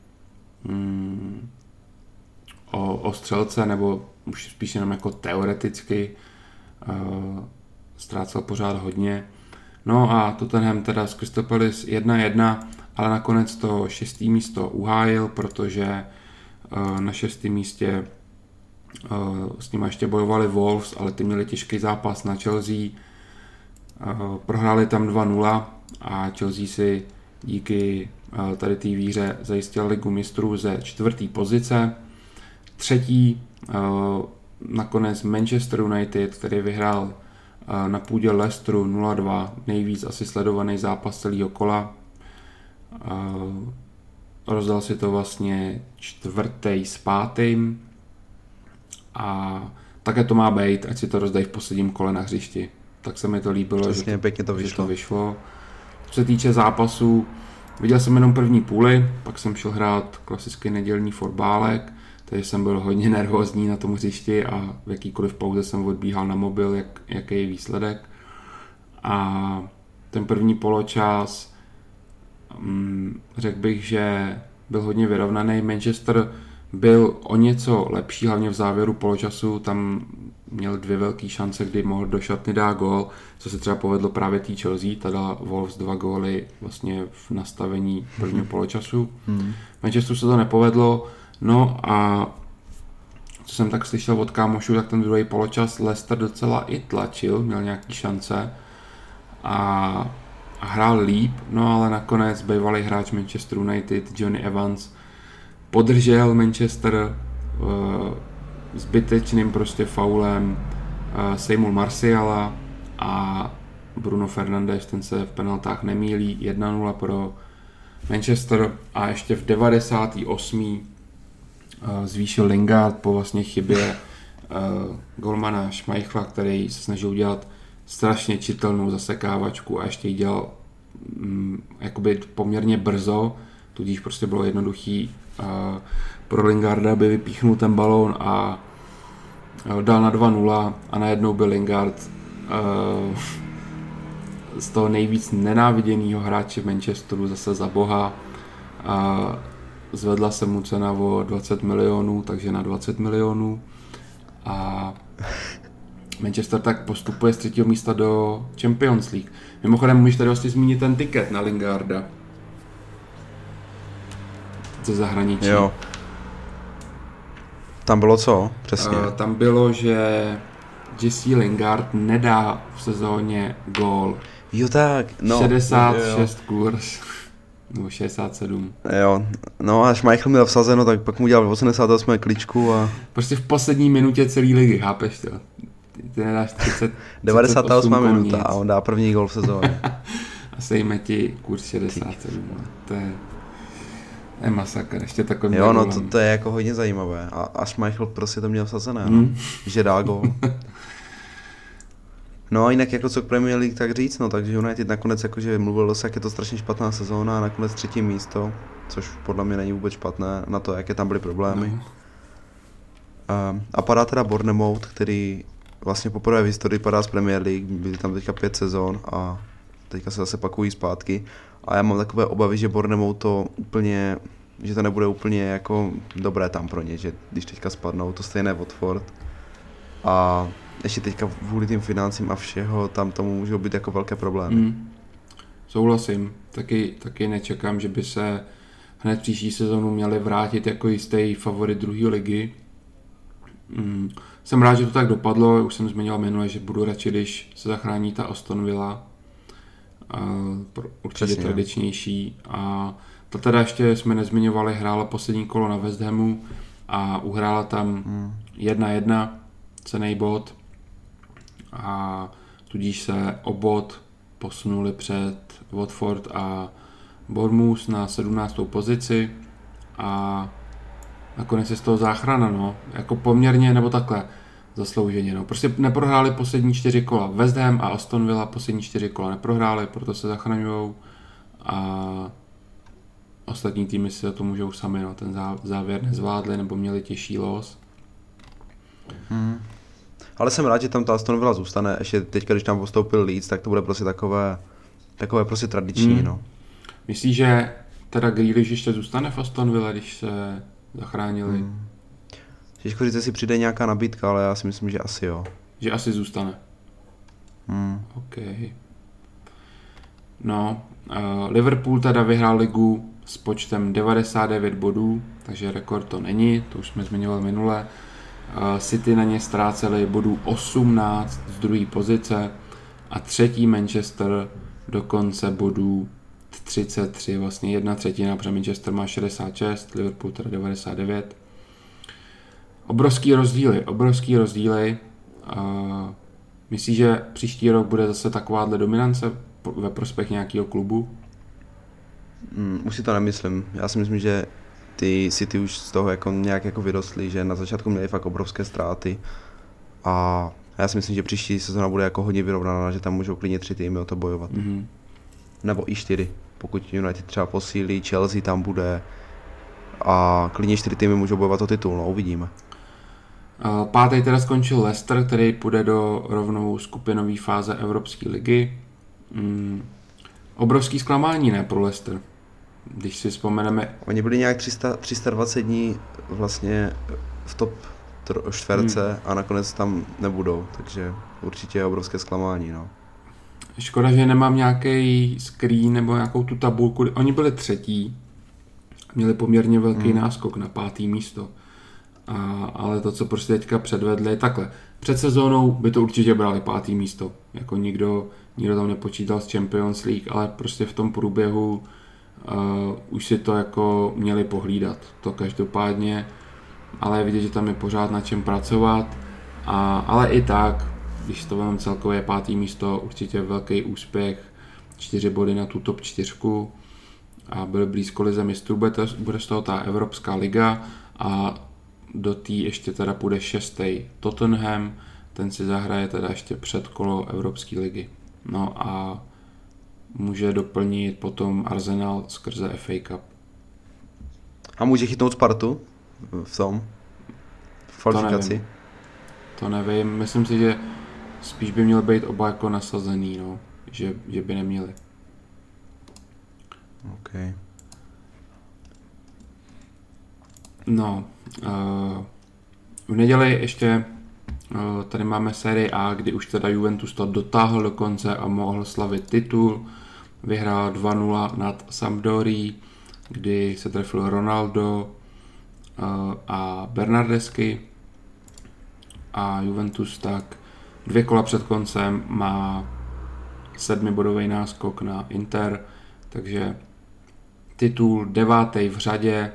mm, o, o střelce, nebo už spíš jenom jako teoreticky, uh, ztrácel pořád hodně. No a Tottenham teda z Crystal Palace jedna jedna, ale nakonec to šestý místo uhájil, protože uh, na šestém místě uh, s nimi ještě bojovali Wolves, ale ty měli těžký zápas na Chelsea. Uh, prohráli tam dva nula a Chelsea si díky uh, tady té výhře zajistil ligu mistrů ze čtvrté pozice. Třetí uh, nakonec Manchester United, který vyhrál uh, na půdě Leicesteru nula dva, nejvíc asi sledovaný zápas celého kola. Uh, rozdal si to vlastně čtvrtý s pátým a také to má být, ať si to rozdají v posledním kole na hřišti. Tak se mi to líbilo, Přesně, že, pěkně to že vyšlo. to vyšlo. Co se týče zápasů, viděl jsem jenom první půli, pak jsem šel hrát klasický nedělní fotbálek, takže jsem byl hodně nervózní na tom hřišti a v jakýkoliv pauze jsem odbíhal na mobil, jak, jaký je výsledek. A ten první poločas, um, řekl bych, že byl hodně vyrovnaný. Manchester byl o něco lepší, hlavně v závěru poločasu, tam měl dvě velké šance, kdy mohl do šatny dát gól, co se třeba povedlo právě tý Chelsea, teda Wolves dva góly vlastně v nastavení prvního poločasu. Hmm. Manchesteru se to nepovedlo, no a co jsem tak slyšel od kámošů, tak ten druhý poločas Leicester docela i tlačil, měl nějaký šance a, a hrál líp, no ale nakonec bývalý hráč Manchester United Johnny Evans podržel Manchester uh, zbytečným prostě faulem, uh, sejmul Martiala a Bruno Fernandes, ten se v penaltách nemýlí, jedna nula pro Manchester a ještě v devadesáté osmé Uh, zvýšil Lingard po vlastně chybě uh, golmana Schmeichla, který se snažil udělat strašně čitelnou zasekávačku a ještě ji dělal um, jakoby poměrně brzo, tudíž prostě bylo jednoduchý uh, pro Lingarda, aby vypíchnul ten balón a uh, dal na dva nula a najednou byl Lingard uh, z toho nejvíc nenáviděného hráče Manchesteru zase za boha. Uh, Zvedla se mu cena o dvacet milionů, takže na dvacet milionů a Manchester tak postupuje z třetího místa do Champions League. Mimochodem můžeš tady vlastně zmínit ten tiket na Lingarda ze zahraničí. Jo. Tam bylo co? Přesně. Uh, tam bylo, že Jesse Lingard nedá v sezóně gól. Jo tak, no. šedesát šest kurz. Nebo šedesát sedm. Jo, no a Schmeichel měl vsazeno, tak pak mu dělal v osmdesát osmé kličku a... Prostě v poslední minutě celé ligy, chápeš to? Ty, ty nedáš třicet, devadesátá osmá minuta a on dá první gol v sezóně. A sejme ti kurz šedesát sedm. To je, je masakr, ještě takovým Jo, no to, to je jako hodně zajímavé. A, a Schmeichel prostě to měl vsazené, hmm. no, že dá gol. No a jinak jako co k Premier League tak říct, no takže United nakonec jakože mluvil dost, jak je to strašně špatná sezóna a nakonec třetí místo, což podle mě není vůbec špatné na to, jaké tam byly problémy. No. A, a padá teda Bournemouth, který vlastně poprvé v historii padá z Premier League, byly tam teďka pět sezon a teďka se zase pakují zpátky a já mám takové obavy, že Bournemouth to úplně, že to nebude úplně jako dobré tam pro ně, že když teďka spadnou, to stejné Watford a ještě teďka kvůli tím financím a všeho, tam tomu můžou být jako velké problémy. Mm. Souhlasím. Taky, taky nečekám, že by se hned příští sezonu měli vrátit jako jistý favorit druhé ligy. Mm. Jsem rád, že to tak dopadlo. Už jsem zmiňoval minule, že budu radši, když se zachrání ta Aston Villa. Uh, určitě Přesně, tradičnější. A ta teda ještě jsme nezmiňovali, hrála poslední kolo na West Hamu a uhrála tam jedna jedna, cenný bod. A tudíž se o bod posunuli před Watford a Bournemouth na sedmnáctou pozici a nakonec je z toho záchrana, no, jako poměrně, nebo takhle, zaslouženě, no. Prostě neprohráli poslední čtyři kola. West Ham a Aston Villa poslední čtyři kola neprohráli, proto se zachraňujou a ostatní týmy si za to můžou sami, no. Ten závěr nezvládli nebo měli těžší los. Hmm. Ale jsem rád, že tam ta Aston Villa zůstane. Ještě teďka, když tam postoupil Leeds, tak to bude prostě takové, takové prostě tradiční, hmm. no. Myslíš, že teda Grealish ještě zůstane v Aston Villa, když se zachránili? Hmm. Těžko říct, jestli přijde nějaká nabídka, ale já si myslím, že asi jo. Že asi zůstane. Hmm. OK. No, uh, Liverpool teda vyhrál ligu s počtem devadesát devět bodů, takže rekord to není, to už jsme zmiňovali minule. Uh, City na ně ztráceli bodů osmnáct z druhé pozice a třetí Manchester dokonce bodů třicet tři, vlastně jedna třetina, protože Manchester má šedesát šest, Liverpool teda devadesát devět. Obrovský rozdíly, obrovský rozdíly. Uh, myslíš, že příští rok bude zase takováhle dominance ve prospěch nějakého klubu? Mm, už si to nemyslím. Já si myslím, že ty City už z toho jako nějak jako vyrostly, že na začátku měli fakt obrovské ztráty a já si myslím, že příští sezóna bude jako hodně vyrovnaná, že tam můžou klidně tři týmy o to bojovat. Mm-hmm. Nebo i čtyři, pokud United třeba posílí, Chelsea tam bude a klidně čtyři týmy můžou bojovat o titul, no uvidíme. Pátý teda skončil Leicester, který půjde do rovnou skupinové fáze Evropské ligy. Mm. Obrovský zklamání, ne, pro Leicester. Když si vzpomeneme... Oni byli nějak tři sta, tři sta dvacet dní vlastně v top čtverce hmm. a nakonec tam nebudou, takže určitě je obrovské zklamání, no. Škoda, že nemám nějaký screen nebo nějakou tu tabulku. Oni byli třetí, měli poměrně velký hmm. náskok na pátý místo. A, ale to, co prostě teďka předvedli, takhle. Před sezónou by to určitě brali pátý místo. Jako nikdo, nikdo tam nepočítal s Champions League, ale prostě v tom průběhu uh, už si to jako měli pohlídat. To každopádně, ale je vidět, že tam je pořád na čem pracovat. A, ale i tak, když to vám celkově pátý místo, určitě velký úspěch. Čtyři body na tu top čtyřku a byl blízko lize mistrů. Bude, to, bude z toho ta Evropská liga a do té ještě teda půjde šestý Tottenham, ten si zahraje teda ještě před kolo Evropské ligy. No a může doplnit potom Arsenal skrze F A Cup. A může chytnout Spartu v tom? V kvalifikaci? To nevím. to nevím, myslím si, že spíš by měly být oba jako nasazený, no. Že, že by neměli. OK. No, uh, v neděli ještě uh, tady máme sérii A, kdy už teda Juventus to dotáhl do konce a mohl slavit titul. Vyhrál dva nula nad Sampdorií, kdy se trefil Ronaldo uh, a Bernardeschi. A Juventus tak dvě kola před koncem má sedmibodový náskok na Inter, takže titul devátý v řadě.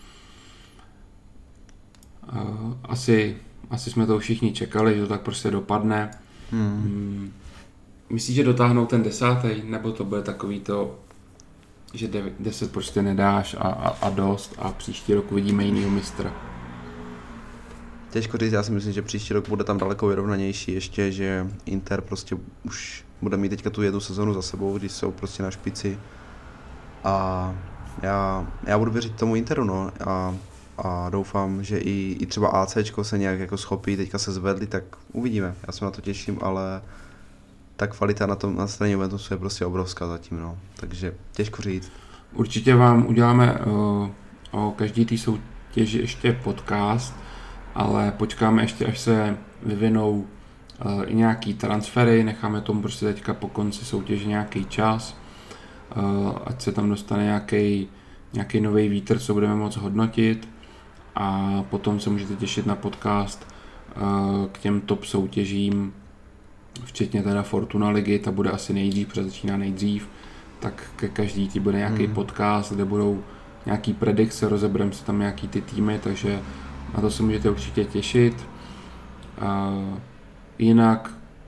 Uh, asi, asi jsme to všichni čekali, že to tak prostě dopadne. Hmm. Myslíš, že dotáhnou ten desátý, nebo to bude takový to, že deset prostě nedáš a, a, a dost a příští rok uvidíme jinýho mistra? Těžko říct, já si myslím, že příští rok bude tam daleko vyrovnanější ještě, že Inter prostě už bude mít teďka tu jednu sezonu za sebou, když jsou prostě na špici. A já, já budu věřit tomu Interu, no. A, a doufám, že i, i třeba ACčko se nějak jako schopí, teďka se zvedli, tak uvidíme. Já se na to těším, ale ta kvalita na tom na straně Juventusu je prostě obrovská zatím, no. Takže těžko říct. Určitě vám uděláme uh, o každý té soutěži ještě podcast, ale počkáme ještě, až se vyvinou uh, i nějaký transfery, necháme tomu prostě teďka po konci soutěže nějaký čas, uh, ať se tam dostane nějaký, nějaký nový vítr, co budeme moct hodnotit, a potom se můžete těšit na podcast uh, k těm top soutěžím, včetně teda Fortuna ligy, ta bude asi nejdřív, protože začíná nejdřív, tak ke každý tý bude nějaký hmm. podcast, kde budou nějaký predikce, rozebereme se tam nějaký ty týmy, takže na to se můžete určitě těšit. Uh, jinak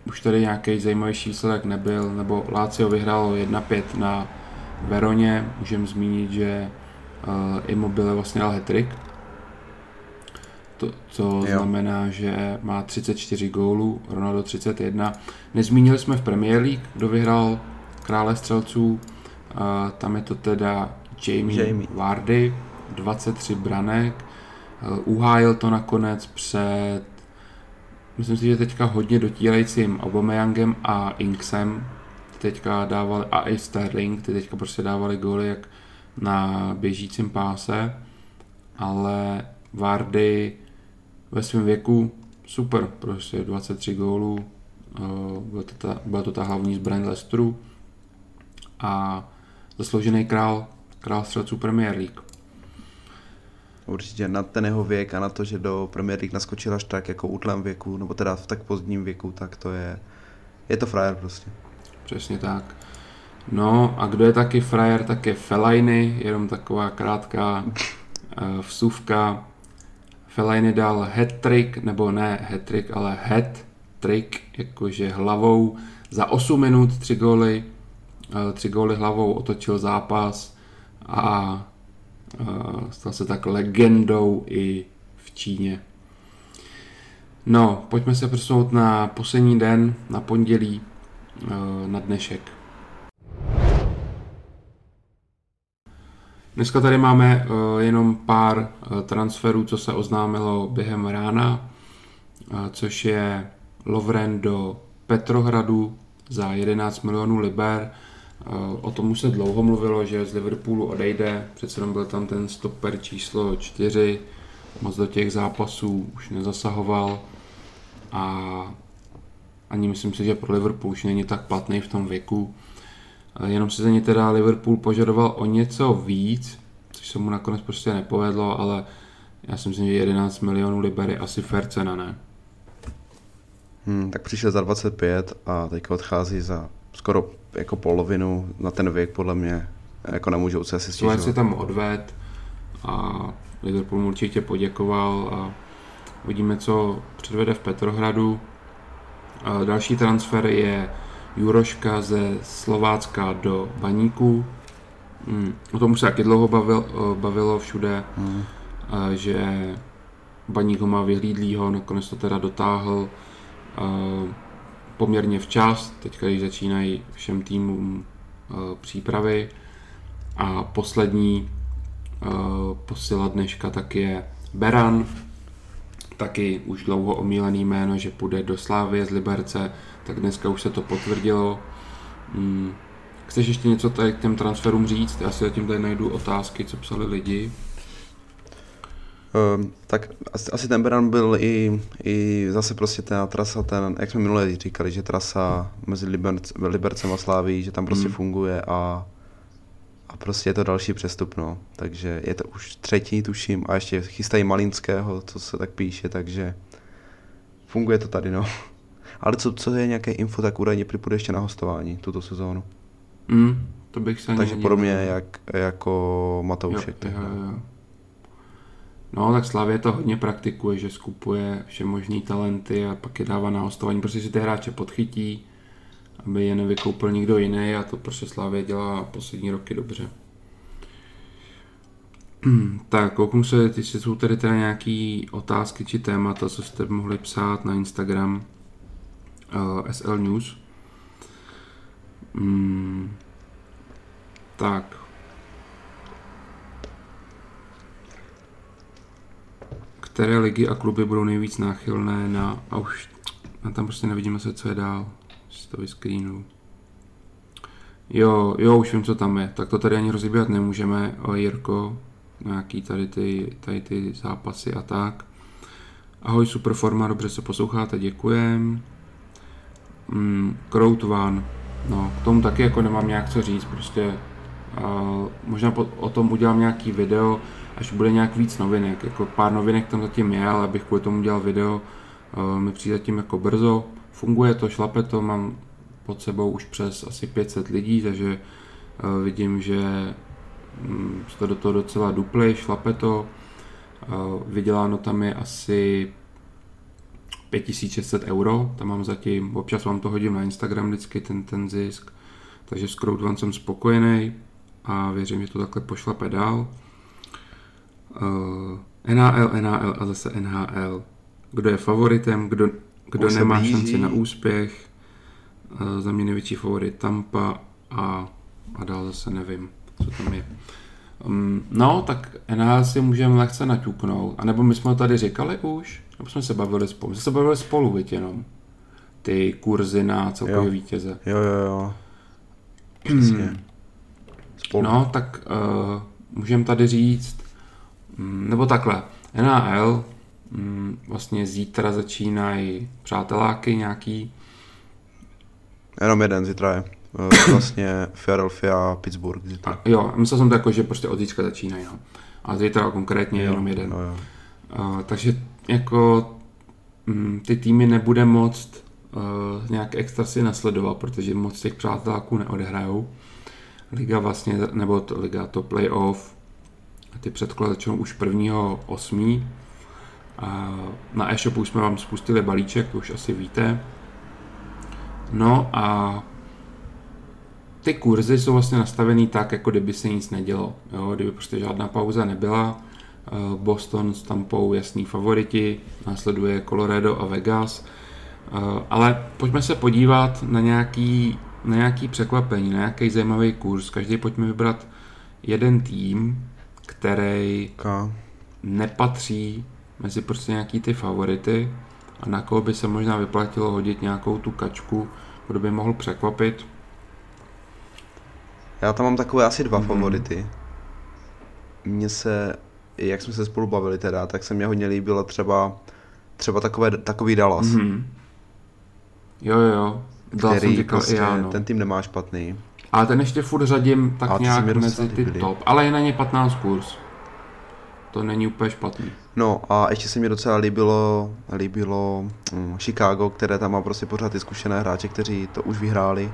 už tady nějaký zajímavější výsledek nebyl, nebo Lazio vyhrálo jedna pět na Veroně, můžeme zmínit, že uh, Immobile vlastně dal hat-trick, to, co jo. znamená, že má třicet čtyři gólů, Ronaldo třicet jedna. Nezmínili jsme v Premier League, kdo vyhrál krále střelců, uh, tam je to teda Jamie, Jamie. Vardy, dvacet tři branek, uh, uhájil to nakonec před, myslím si, že teďka hodně dotírajícím Aubameyangem a Inksem, teďka dávali, a i Sterling, ty teďka prostě dávali góly jak na běžícím páse, ale Vardy ve svém věku super, prostě dvacet tři gólů, byla to ta, byla to ta hlavní zbraň Leicesteru a zasloužený král, král střelců Premier League. Určitě na ten jeho věk a na to, že do Premier League naskočil až tak jako útlém věku, nebo teda v tak pozdním věku, tak to je, je to frajer prostě. Přesně tak. No a kdo je taky frajer, tak je Fellaini, jenom taková krátká uh, vsuvka. Fellaini dal hat-trick, nebo ne hat-trick, ale hat-trick, jakože hlavou za osm minut, tři góly, uh, tři góly hlavou otočil zápas a uh, stal se tak legendou i v Číně. No, pojďme se přesunout na poslední den, na pondělí, uh, na dnešek. Dneska tady máme uh, jenom pár uh, transferů, co se oznámilo během rána, uh, což je Lovren do Petrohradu za jedenáct milionů liber. Uh, o tom už se dlouho mluvilo, že z Liverpoolu odejde, přece jenom byl tam ten stoper číslo čtyři, moc do těch zápasů už nezasahoval a ani myslím si, že pro Liverpool už není tak platný v tom věku. Jenom si za ně teda Liverpool požadoval o něco víc, což se mu nakonec prostě nepovedlo, ale já si myslím, že jedenáct milionů liber je asi fair cena, ne? Hmm, tak přišel za dvacet pět a teďka odchází za skoro jako polovinu na ten věk, podle mě jako nemůžou se asi stěžovat. Si tam odved a Liverpool mu určitě poděkoval a uvidíme, co předvede v Petrohradu. A další transfer je Juroška ze Slovácka do Baníku. Hmm. O tom už se taky dlouho bavil, bavilo všude, hmm. že Baník ho má vyhlídlýho, nakonec to teda dotáhl poměrně včas, teďka když začínají všem týmům přípravy. A poslední posila dneška tak je Beran, taky už dlouho omílený jméno, že půjde do Slávie z Liberce, tak dneska už se to potvrdilo. Hmm. Chceš ještě něco tady k těm transferům říct? Já si zatím tady najdu otázky, co psali lidi. Um, tak asi, asi ten Beran byl i, i zase prostě ta trasa, ten, jak jsme minule říkali, že trasa mezi Liberc, Libercem a Sláví, že tam prostě hmm. funguje a, a prostě je to další přestup, no. Takže je to už třetí, tuším, a ještě chystají Malinského, co se tak píše, takže funguje to tady, no. Ale co, co je nějaké info, tak údajně připůjde ještě na hostování tuto sezónu. Mm, to bych se Takže podobně jak, jako Matoušek. Jo, jo, jo. No, tak Slavě to hodně praktikuje, že skupuje vše možný talenty a pak je dává na hostování, protože si ty hráče podchytí, aby je nevykoupil nikdo jiný a to prostě Slavě dělá poslední roky dobře. Tak, kouknu se, jestli jsou tady teda nějaký otázky či témata, co jste mohli psát na Instagram uh, S L News. Hmm. Tak. Které ligy a kluby budou nejvíc náchylné na... A už a tam prostě nevidíme se, co je dál. Si to vyscreenu. Jo, jo, už vím, co tam je. Tak to tady ani rozebírat nemůžeme, o Jirko. Nějaký tady ty, tady ty zápasy a tak. Ahoj, super forma, dobře se posloucháte, děkujem. Mm, Crowd One. No, k tomu taky jako nemám nějak co říct, prostě uh, možná po, o tom udělám nějaký video, až bude nějak víc novinek, jako pár novinek tam zatím je, ale abych kvůli tomu udělal video, uh, mi přijde zatím jako brzo, funguje to, šlape to, mám pod sebou už přes asi pět set lidí, takže uh, vidím, že um, to do toho docela dupli, šlape to, uh, vyděláno tam je asi pět tisíc šest set euro, tam mám zatím, občas vám to hodím na Instagram vždycky, ten, ten zisk, takže s crowdfund jsem spokojený a věřím, že to takhle pošlape dál. Uh, N H L, N H L a zase N H L. Kdo je favoritem, kdo, kdo nemá šanci na úspěch, uh, za mě největší favorit Tampa a, a dál zase nevím, co tam je. Um, no, tak N H L si můžeme lehce naťuknout, anebo my jsme to tady říkali už, nebo jsme se bavili spolu, my jsme se bavili spolu, víte jenom, ty kurzy na celkově vítěze. Jo, jo, jo. Přesně. Spolu. No, tak uh, můžeme tady říct, um, nebo takhle, N H L, um, vlastně zítra začínají přáteláky nějaký. Jenom jeden zítra je. Vlastně Philadelphia, Pittsburgh. A, jo, myslel jsem to jako, že prostě od zítřka začínají, no. A zítra konkrétně jo, jenom jeden. Jo, jo. Uh, takže jako um, ty týmy nebude moct uh, nějak extra si nasledovat, protože moc těch přáteláků neodehrajou. Liga vlastně, nebo to, liga to playoff, ty předkola začnou už prvního osmého Uh, na e-shopu jsme vám spustili balíček, to už asi víte. No a ty kurzy jsou vlastně nastavený tak, jako kdyby se nic nedělo. Jo? Kdyby prostě žádná pauza nebyla. Boston s Tampou jasný favoriti, následuje Colorado a Vegas. Ale pojďme se podívat na nějaký, na nějaký překvapení, na nějaký zajímavý kurz. Každý pojďme vybrat jeden tým, který Ka. nepatří mezi prostě nějaký ty favority a na koho by se možná vyplatilo hodit nějakou tu kačku, kdo by mohl překvapit. Já tam mám takové asi dva mm-hmm. favority. Mně se, jak jsme se spolu bavili teda, tak se mě hodně líbilo třeba, třeba takové, takový Dallas. Mm-hmm. Jo, jo, Dallas jsem říkal prostě, i já, no. Ten tým nemá špatný. Ale ten ještě furt řadím tak a nějak mezi ty líbili. Top. Ale je na ně patnáct kurz. To není úplně špatný. No a ještě se mi docela líbilo, líbilo um, Chicago, které tam má prostě pořád ty zkušené hráče, kteří to už vyhráli.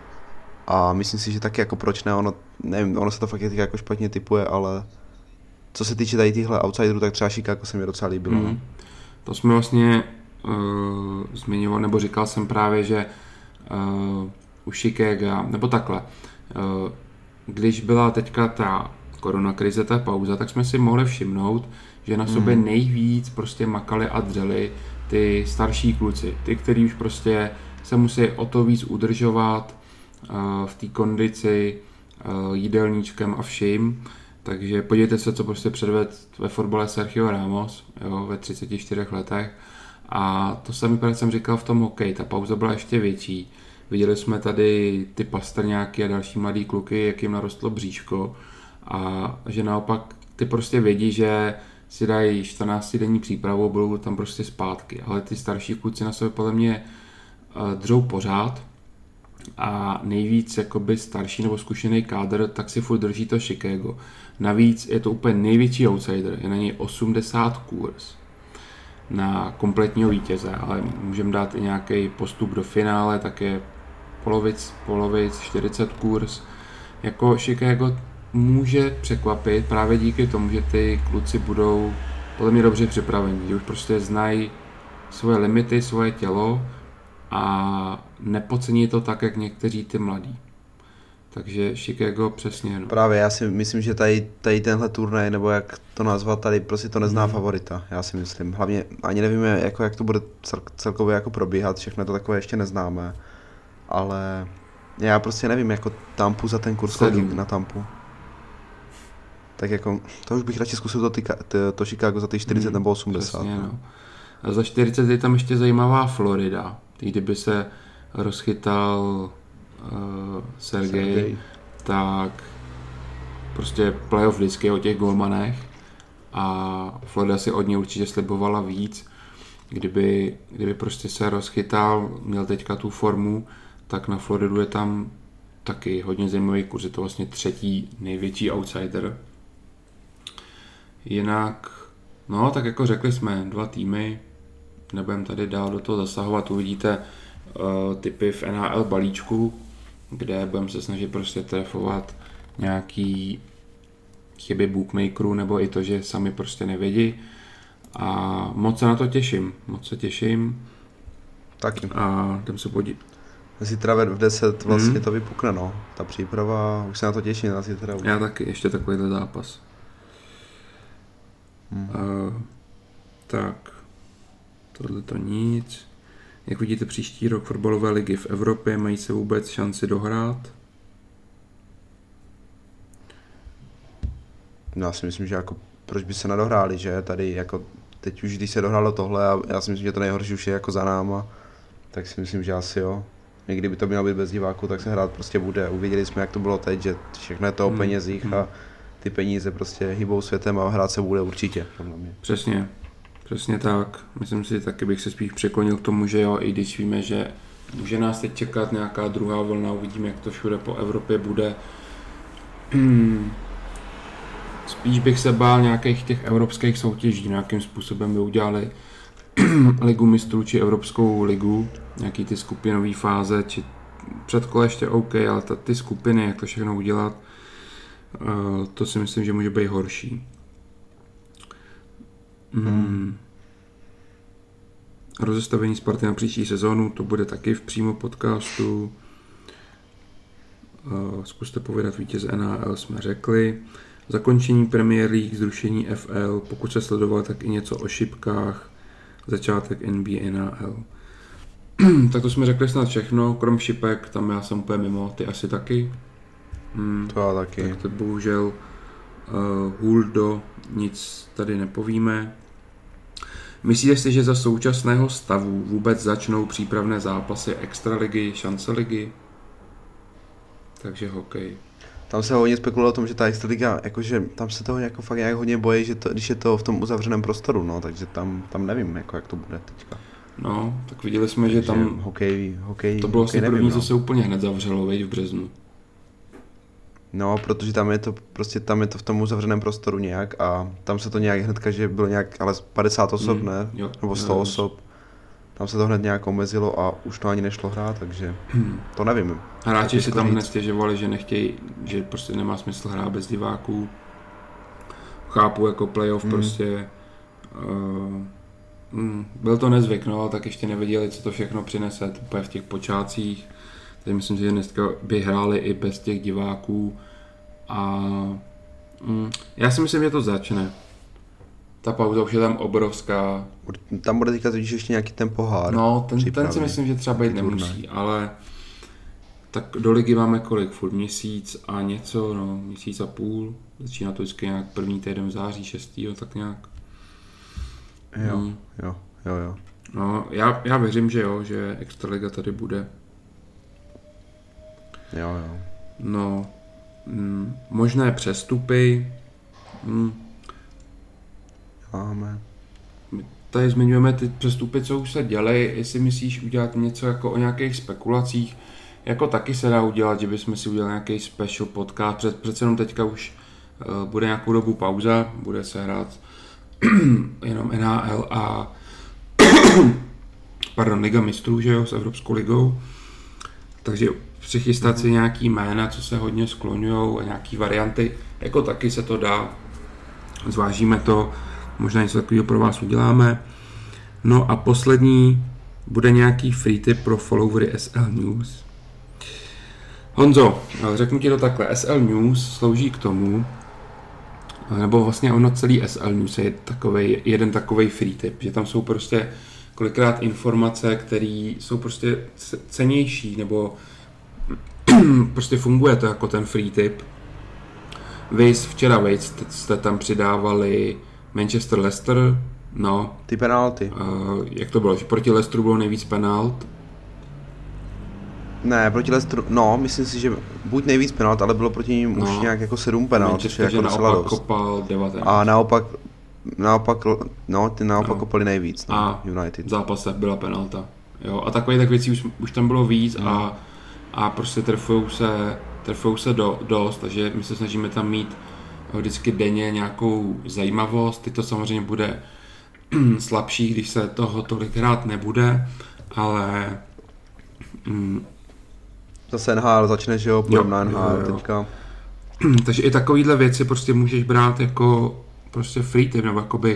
A myslím si, že taky jako proč ne, ono, nevím, ono se to fakt jako špatně typuje, ale co se týče tady těchto outsiderů, tak třeba Chicago se mi docela líbilo. Mm. To jsme vlastně uh, zmiňoval, nebo říkal jsem právě, že uh, u Chicago, nebo takhle, uh, když byla teďka ta koronakrize, ta pauza, tak jsme si mohli všimnout, že na sobě mm. nejvíc prostě makali a dřeli ty starší kluci, ty, kteří už prostě se musí o to víc udržovat uh, v té kondici uh, jídelníčkem a vším. Takže podívejte se, co prostě předvedl ve fotbale Sergio Ramos, jo, ve třiceti čtyřech letech. A to samý právě jsem říkal v tom hokeji, ta pauza byla ještě větší. Viděli jsme tady ty Pastrňáky a další mladý kluky, jak jim narostlo bříško. A že naopak ty prostě vědí, že si dají čtrnáctidenní přípravu a budou tam prostě zpátky. Ale ty starší kluci na sebe podle mě dřou pořád a nejvíc jakoby starší nebo zkušený kádr, tak si furt drží to Chicago. Navíc je to úplně největší outsider, je na něj osmdesát kurz na kompletního vítěze, ale můžeme dát i nějaký postup do finále, tak je polovic, polovic, čtyřicet kurz. Jako Chicago může překvapit právě díky tomu, že ty kluci budou podle mě dobře připraveni, že už prostě znají svoje limity, svoje tělo a nepodcení to tak, jak někteří ty mladí. Takže Chicago přesně. No. Právě, já si myslím, že tady, tady tenhle turnaj, nebo jak to nazvat, tady prostě to nezná mm. favorita, já si myslím. Hlavně ani nevíme, jako, jak to bude celkově jako probíhat, všechno to takové ještě neznáme. Ale já prostě nevím, jako Tampu za ten kurz na Tampu. Tak jako, to už bych radši zkusil to, ty, to, to Chicago za ty čtyřicet mm, nebo osmdesát. Přesně, no. A za čtyřicet je tam ještě zajímavá Florida. Kdyby se rozchytal uh, Sergej, Sergej, tak prostě playoff vždycky o těch golmanech a Florida si od něj určitě slibovala víc. Kdyby, kdyby prostě se rozchytal, měl teďka tu formu, tak na Floridu je tam taky hodně zajímavý kurz. Je to vlastně třetí největší outsider. Jinak, no tak jako řekli jsme, dva týmy, nebudeme tady dál do toho zasahovat, uvidíte uh, typy v N H L balíčku, kde budeme se snažit prostě trefovat nějaký chyby bookmakerů, nebo i to, že sami prostě nevědí. A moc se na to těším, moc se těším. Taky. A jdem se podívat. Zítra v deset vlastně hmm. to vypukne, no. Ta příprava, už se na to těším na zítra. Já taky, ještě takovýhle zápas. Hmm. Uh, tak, tohle to nic. Jak vidíte příští rok fotbalové ligy v Evropě, mají se vůbec šanci dohrát? No, já si myslím, že jako proč by se nedohráli, že tady jako teď už když se dohrálo tohle a já si myslím, že to nejhorší už je jako za náma, tak si myslím, že asi jo. Někdy by to mělo být bez diváků, tak se hrát prostě bude. Uviděli jsme, jak to bylo teď, že všechno je to o hmm. penězích hmm. a ty peníze prostě hýbou světem a hrát se bude určitě. Přesně, přesně tak. Myslím si, taky bych se spíš překlonil k tomu, že jo, i když víme, že může nás teď čekat nějaká druhá vlna, uvidíme, jak to všude po Evropě bude. Spíš bych se bál nějakých těch evropských soutěží, nějakým způsobem by udělali ligu mistrů či Evropskou ligu, nějaký ty skupinové fáze, či předkole ještě OK, ale ta, ty skupiny, jak to všechno udělat, uh, to si myslím, že může být horší. Hmm. Rozestavení Sparty na příští sezónu, to bude taky v přímo podcastu. Uh, zkuste povědat vítěze N H L, jsme řekli. Zakončení Premier League, zrušení F L, pokud se sledoval, tak i něco o šipkách, začátek N B A, N H L. Tak to jsme řekli snad všechno, krom šipek, tam já jsem úplně mimo, ty asi taky. Hmm, to já taky. Tak to bohužel uh, Huldo, nic tady nepovíme. Myslíte si, že za současného stavu vůbec začnou přípravné zápasy extraligy, šance ligy? Takže hokej. Tam se hodně spekulovalo o tom, že ta extraliga, jakože tam se toho jako fakt nějak hodně bojí, že to, když je to v tom uzavřeném prostoru, no, takže tam, tam nevím, jako, jak to bude teďka. No, tak viděli jsme, takže že tam hokej, hokej, to bylo hokej vlastně první, no. co se úplně hned zavřelo, veď, v březnu. No, protože tam je to prostě tam je to v tom uzavřeném prostoru nějak a tam se to nějak hnedka, že bylo nějak, ale padesát osob, mm, ne? Jo, nebo sto jo, osob. Tam se to hned nějak omezilo a už to ani nešlo hrát, takže to nevím. Hráči si tam hned stěžovali, že nechtějí, že prostě nemá smysl hrát bez diváků. Chápu, jako playoff mm. prostě. Uh, mm, byl to nezvyk, no, ale tak ještě nevěděli, co to všechno přinese úplně v těch počátcích. Takže myslím si, že dneska by hráli i bez těch diváků. A mm, já si myslím, že to začne. Ta pauza už je tam obrovská. Tam bude teďka totiž ještě nějaký ten pohár. No, ten, ten si myslím, že třeba být nemusí, ale tak do ligy máme kolik? Furt měsíc a něco, no, měsíc a půl. Začíná to vždycky nějak první týden v září, šestýho, tak nějak. Jo, hmm. jo, jo, jo. No, já, já věřím, že jo, že extraliga tady bude. Jo, jo. No, mm, možné přestupy. Mm. Máme. Tady zmiňujeme ty přestupy, co už se dělají, jestli myslíš udělat něco jako o nějakých spekulacích, jako taky se dá udělat, že bychom si udělali nějaký special podcast, Před, přece jenom teďka už uh, bude nějakou dobu pauza, bude se hrát jenom N H L a pardon, Liga mistrů, že jo, s Evropskou ligou, takže přichystat si nějaký jména, co se hodně skloňujou a nějaký varianty, jako taky se to dá, zvážíme to, možná něco takového pro vás uděláme. No a poslední bude nějaký free tip pro followery S L News. Honzo, řeknu ti to takhle, S L News slouží k tomu, nebo vlastně ono celý S L News je takovej, jeden takovej free tip, že tam jsou prostě kolikrát informace, které jsou prostě cennější, nebo prostě funguje to jako ten free tip. Vy včera vy jste tam přidávali Manchester Leicester, no. Ty penalty. Uh, jak to bylo, že proti Leicesteru bylo nejvíc penalt? Ne, proti Leicesteru, no, myslím si, že buď nejvíc penalt, ale bylo proti ním no. už nějak jako sedm penalt, což je jako docela dost. Kopal devatenáct. A naopak, naopak, no, ty naopak no. kopali nejvíc, no, a United. v zápase byla penalta, jo, a takových tak věcí už, už tam bylo víc no. a, a prostě trfujou se, trfujou se do, dost, takže my se snažíme tam mít vždycky denně nějakou zajímavost, teď to samozřejmě bude slabší, když se toho tolik hrát nebude, ale mm, zase N H L začne, že jo, půjdem na N H L jo, jo. teďka. Takže i takovýhle věci prostě můžeš brát jako prostě free tip, nebo jakoby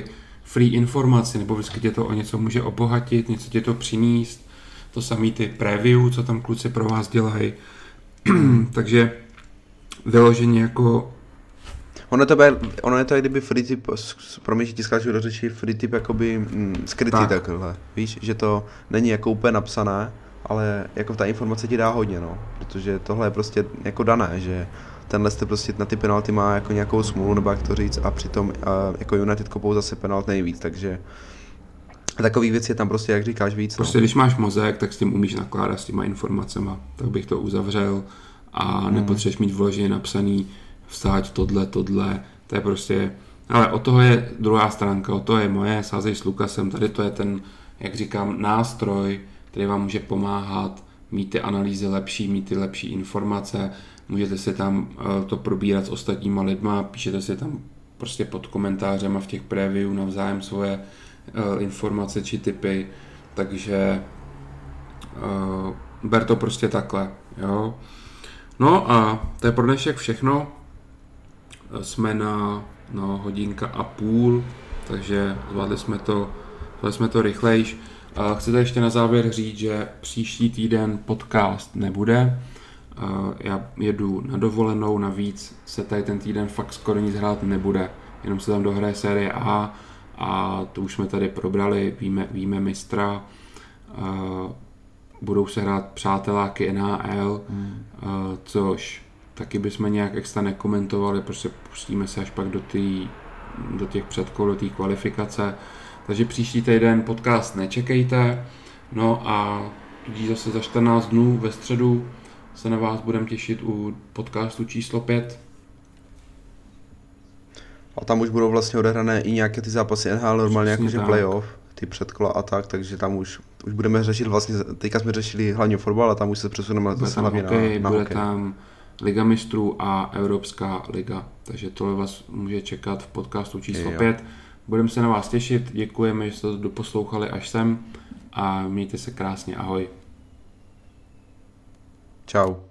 free informaci, nebo vždycky tě to o něco může obohatit, něco tě to přinést, to samý ty preview, co tam kluci pro vás dělají. Takže vyloženě jako... Ono je to, bude, ono je to i kdyby free tip, promiň, že ti skáču do řeči, free tip jakoby mm, skrytý tak. Takhle, víš, že to není jako úplně napsané, ale jako ta informace ti dá hodně, no, protože tohle je prostě jako dané, že tenhle jste prostě na ty penalty má jako nějakou smůlu, nebo jak to říct, a přitom a jako United kopou zase penalt nejvíc, takže takových věcí je tam prostě, jak říkáš, víc. Prostě no. Když máš mozek, tak s tím umíš nakládat s těma informacema, tak bych to uzavřel a hmm. nepotřebuješ mít vloženě napsaný vsáď tohle, tohle, to je prostě, ale o toho je druhá stránka, o toho je moje, sázej s Lukasem, tady to je ten, jak říkám, nástroj, který vám může pomáhat mít ty analýzy lepší, mít ty lepší informace, můžete si tam to probírat s ostatníma lidma, píšete si tam prostě pod komentářema v těch preview navzájem svoje uh, informace či tipy, takže uh, ber to prostě takhle, jo. No a to je pro dnešek všechno, jsme na no, hodinka a půl, takže zvládli jsme to, zvládli jsme to rychlejš. Chcete ještě na závěr říct, že příští týden podcast nebude. Já jedu na dovolenou, navíc se tady ten týden fakt skoro nic hrát nebude, jenom se tam dohraje série A a to už jsme tady probrali, víme, víme mistra. Budou se hrát přáteláky N H L, hmm. což taky bychom nějak extra nekomentovali, prostě pustíme se až pak do, tý, do těch předkol, do té kvalifikace. Takže příští týden podcast nečekejte. No a tudíž zase za čtrnáct dnů ve středu se na vás budeme těšit u podcastu číslo pět. A tam už budou vlastně odehrané i nějaké ty zápasy N H L, normálně jakože playoff, ty předkola a tak, takže tam už, už budeme řešit vlastně, teďka jsme řešili hlavně fotbal a tam už se přesuneme zase hlavně hokej, na, na bude hokej. Tam Liga mistrů a Evropská liga, takže tohle vás může čekat v podcastu číslo pět. Budeme se na vás těšit, děkujeme, že jste to doposlouchali až sem a mějte se krásně, ahoj. Čau.